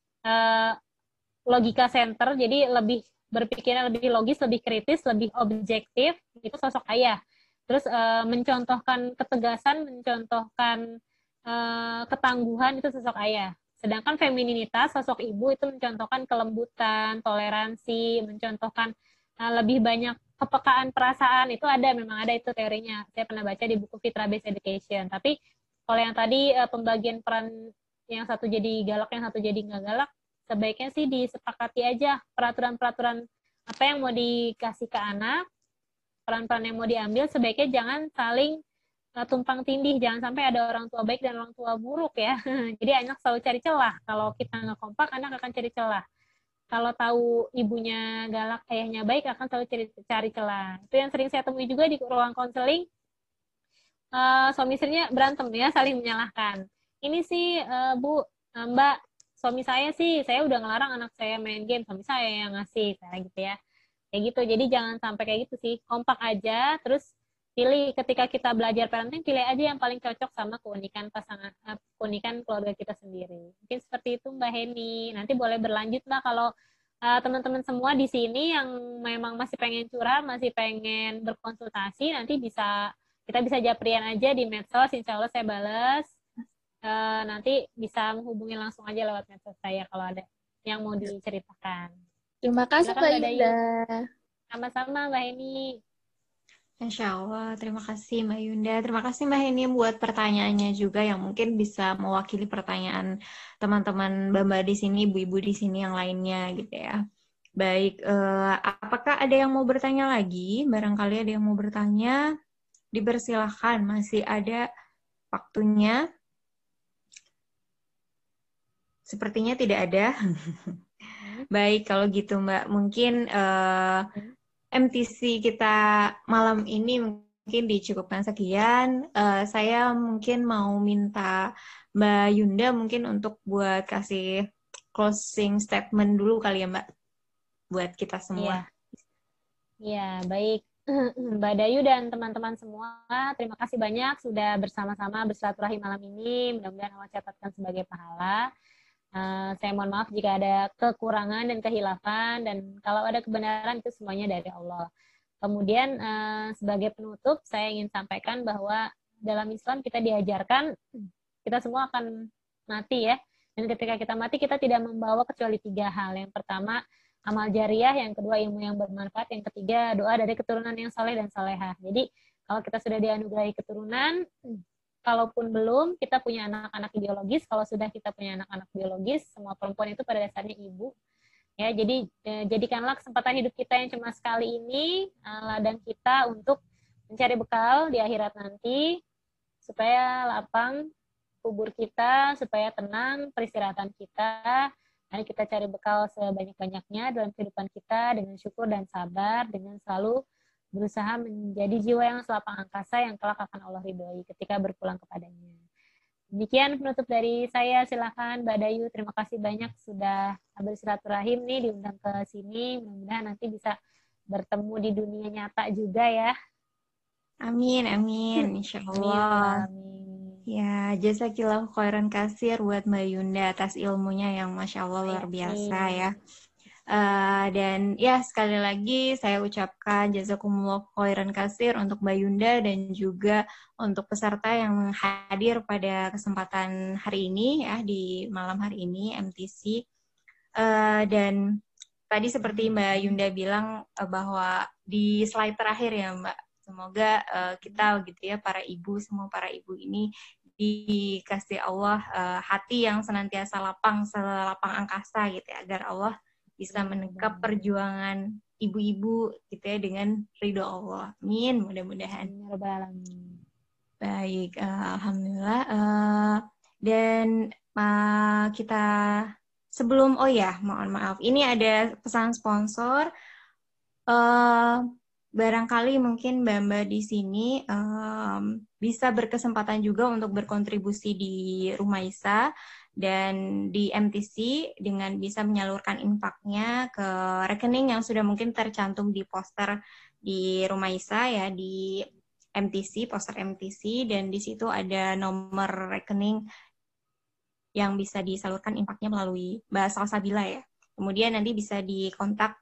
logika center, jadi lebih berpikirnya lebih logis, lebih kritis, lebih objektif, itu sosok ayah. Terus mencontohkan ketegasan, mencontohkan ketangguhan, itu sosok ayah. Sedangkan femininitas, sosok ibu itu mencontohkan kelembutan, toleransi, mencontohkan lebih banyak kepekaan perasaan. Itu memang ada itu teorinya. Saya pernah baca di buku Fitra Based Education. Tapi kalau yang tadi pembagian peran yang satu jadi galak, yang satu jadi nggak galak, sebaiknya sih disepakati aja peraturan-peraturan apa yang mau dikasih ke anak, peran-peran yang mau diambil, sebaiknya jangan saling tumpang tindih, jangan sampai ada orang tua baik dan orang tua buruk ya. Jadi anak selalu cari celah. Kalau kita nggak kompak, anak akan cari celah. Kalau tahu ibunya galak, ayahnya baik, akan selalu cari celah. Itu yang sering saya temui juga di ruang konseling. Suami istrinya berantem ya, saling menyalahkan. Ini sih Bu, Mbak, suami saya sih, saya udah ngelarang anak saya main game, suami saya yang ngasih, kayak gitu ya. Kayak gitu, jadi jangan sampai kayak gitu sih. Kompak aja, terus pilih ketika kita belajar parenting, pilih aja yang paling cocok sama keunikan pasangan, keunikan keluarga kita sendiri. Mungkin seperti itu Mbak Heni. Nanti boleh berlanjut Mbak kalau teman-teman semua di sini yang memang masih pengen curhat, masih pengen berkonsultasi, nanti kita bisa japrian aja di medsos, insya Allah saya balas. Nanti bisa menghubungi langsung aja lewat medsos saya kalau ada yang mau diceritakan. Terima kasih Mbak Yunda. Sama-sama Mbak Heni. Insya Allah, terima kasih Mbak Yunda. Terima kasih Mbak Heni buat pertanyaannya juga yang mungkin bisa mewakili pertanyaan teman-teman Mbak di sini, ibu-ibu di sini yang lainnya gitu ya. Baik, apakah ada yang mau bertanya lagi? Barangkali ada yang mau bertanya, dipersilahkan, masih ada waktunya. Sepertinya tidak ada. Baik, kalau gitu Mbak, mungkin MTC kita malam ini mungkin dicukupkan sekian. Saya mungkin mau minta Mbak Yunda mungkin untuk buat kasih closing statement dulu kali ya Mbak, buat kita semua. Iya, baik. Mbak Dayu dan teman-teman semua, terima kasih banyak sudah bersama-sama bersilaturahim malam ini. Mudah-mudahan Allah catatkan sebagai pahala. Saya mohon maaf jika ada kekurangan dan kehilafan, dan kalau ada kebenaran itu semuanya dari Allah. Kemudian sebagai penutup saya ingin sampaikan bahwa dalam Islam kita diajarkan kita semua akan mati ya, dan ketika kita mati kita tidak membawa kecuali 3 hal. Yang pertama amal jariah, yang kedua ilmu yang bermanfaat, yang ketiga doa dari keturunan yang saleh dan salehah. Jadi kalau kita sudah dianugerahi keturunan, kalaupun belum, kita punya anak-anak biologis. Kalau sudah kita punya anak-anak biologis, semua perempuan itu pada dasarnya ibu. Ya, jadi jadikanlah kesempatan hidup kita yang cuma sekali ini ladang kita untuk mencari bekal di akhirat nanti, supaya lapang kubur kita, supaya tenang peristirahatan kita. Mari kita cari bekal sebanyak-banyaknya dalam kehidupan kita dengan syukur dan sabar, dengan selalu berusaha menjadi jiwa yang selapang angkasa yang kelak akan Allah ridhoi ketika berpulang kepadanya. Demikian penutup dari saya. Silakan Mbak Dayu. Terima kasih banyak sudah bersilaturahim nih, diundang ke sini. Mudah-mudahan nanti bisa bertemu di dunia nyata juga ya. Amin, amin. Insya Allah. Amin. Ya, jazakillahu khairan kasir buat Mbak Yunda atas ilmunya yang Masya Allah luar biasa ya. Dan ya sekali lagi saya ucapkan jazakumullah khairan kasir untuk Mbak Yunda dan juga untuk peserta yang hadir pada kesempatan hari ini ya, di malam hari ini MTC. Dan tadi seperti Mbak Yunda bilang bahwa di slide terakhir ya Mbak, semoga kita gitu ya para ibu, semua para ibu ini dikasih Allah hati yang senantiasa lapang, selapang angkasa gitu ya, agar Allah bisa menekap perjuangan ibu-ibu gitu ya dengan ridho Allah. Amin, mudah-mudahan. Baik, alhamdulillah. Dan kita sebelum, oh ya, mohon maaf, ini ada pesan sponsor. Barangkali mungkin Mbak-mbak di sini bisa berkesempatan juga untuk berkontribusi di Rumah Isa dan di MTC dengan bisa menyalurkan infaknya ke rekening yang sudah mungkin tercantum di poster di Rumah Isa ya, di MTC, poster MTC, dan di situ ada nomor rekening yang bisa disalurkan infaknya melalui Mbak Salsabila ya. Kemudian nanti bisa dikontak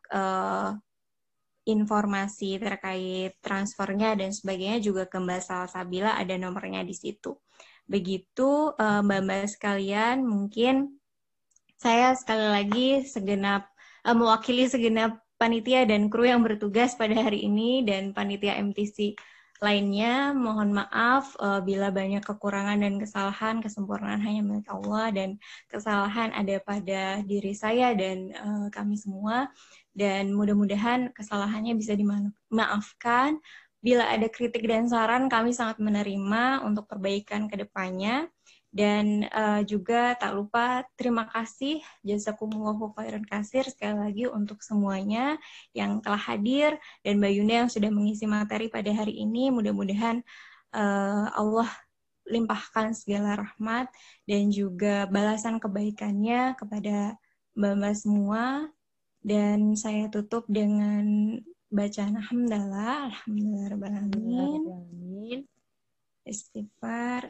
informasi terkait transfernya dan sebagainya juga ke Mbak Salsabila, ada nomornya di situ. Begitu Mbak-mbak sekalian, mungkin saya sekali lagi mewakili segenap panitia dan kru yang bertugas pada hari ini dan panitia MTC lainnya, mohon maaf bila banyak kekurangan dan kesalahan. Kesempurnaan hanya milik Allah dan kesalahan ada pada diri saya dan kami semua. Dan mudah-mudahan kesalahannya bisa dimaafkan. Bila ada kritik dan saran, kami sangat menerima untuk perbaikan ke depannya. Dan juga tak lupa terima kasih jazakumullahu khairan katsir sekali lagi untuk semuanya yang telah hadir dan Mbak Yunda yang sudah mengisi materi pada hari ini. Mudah-mudahan Allah limpahkan segala rahmat dan juga balasan kebaikannya kepada Mbak-mbak semua. Dan saya tutup dengan bacaan alhamdulillah, rabbil alamin. Istighfar.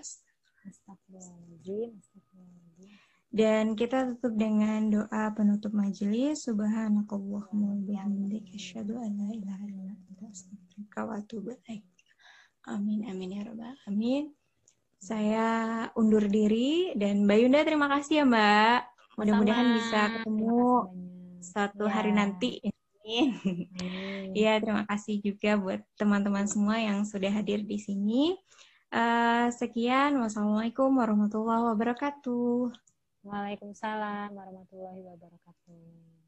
Dan kita tutup dengan doa penutup majelis. Subhanakallahumma bihamdika asyhadu an la ilaha illa anta astaghfiruka wa atubu ilaik. Amin amin ya rabbal alamin. Saya undur diri dan Mbak Yunda terima kasih ya Mbak. Mudah-mudahan bisa ketemu suatu hari nanti. Iya, terima kasih juga buat teman-teman semua yang sudah hadir di sini. Sekian, wassalamualaikum warahmatullahi wabarakatuh. Waalaikumsalam warahmatullahi wabarakatuh.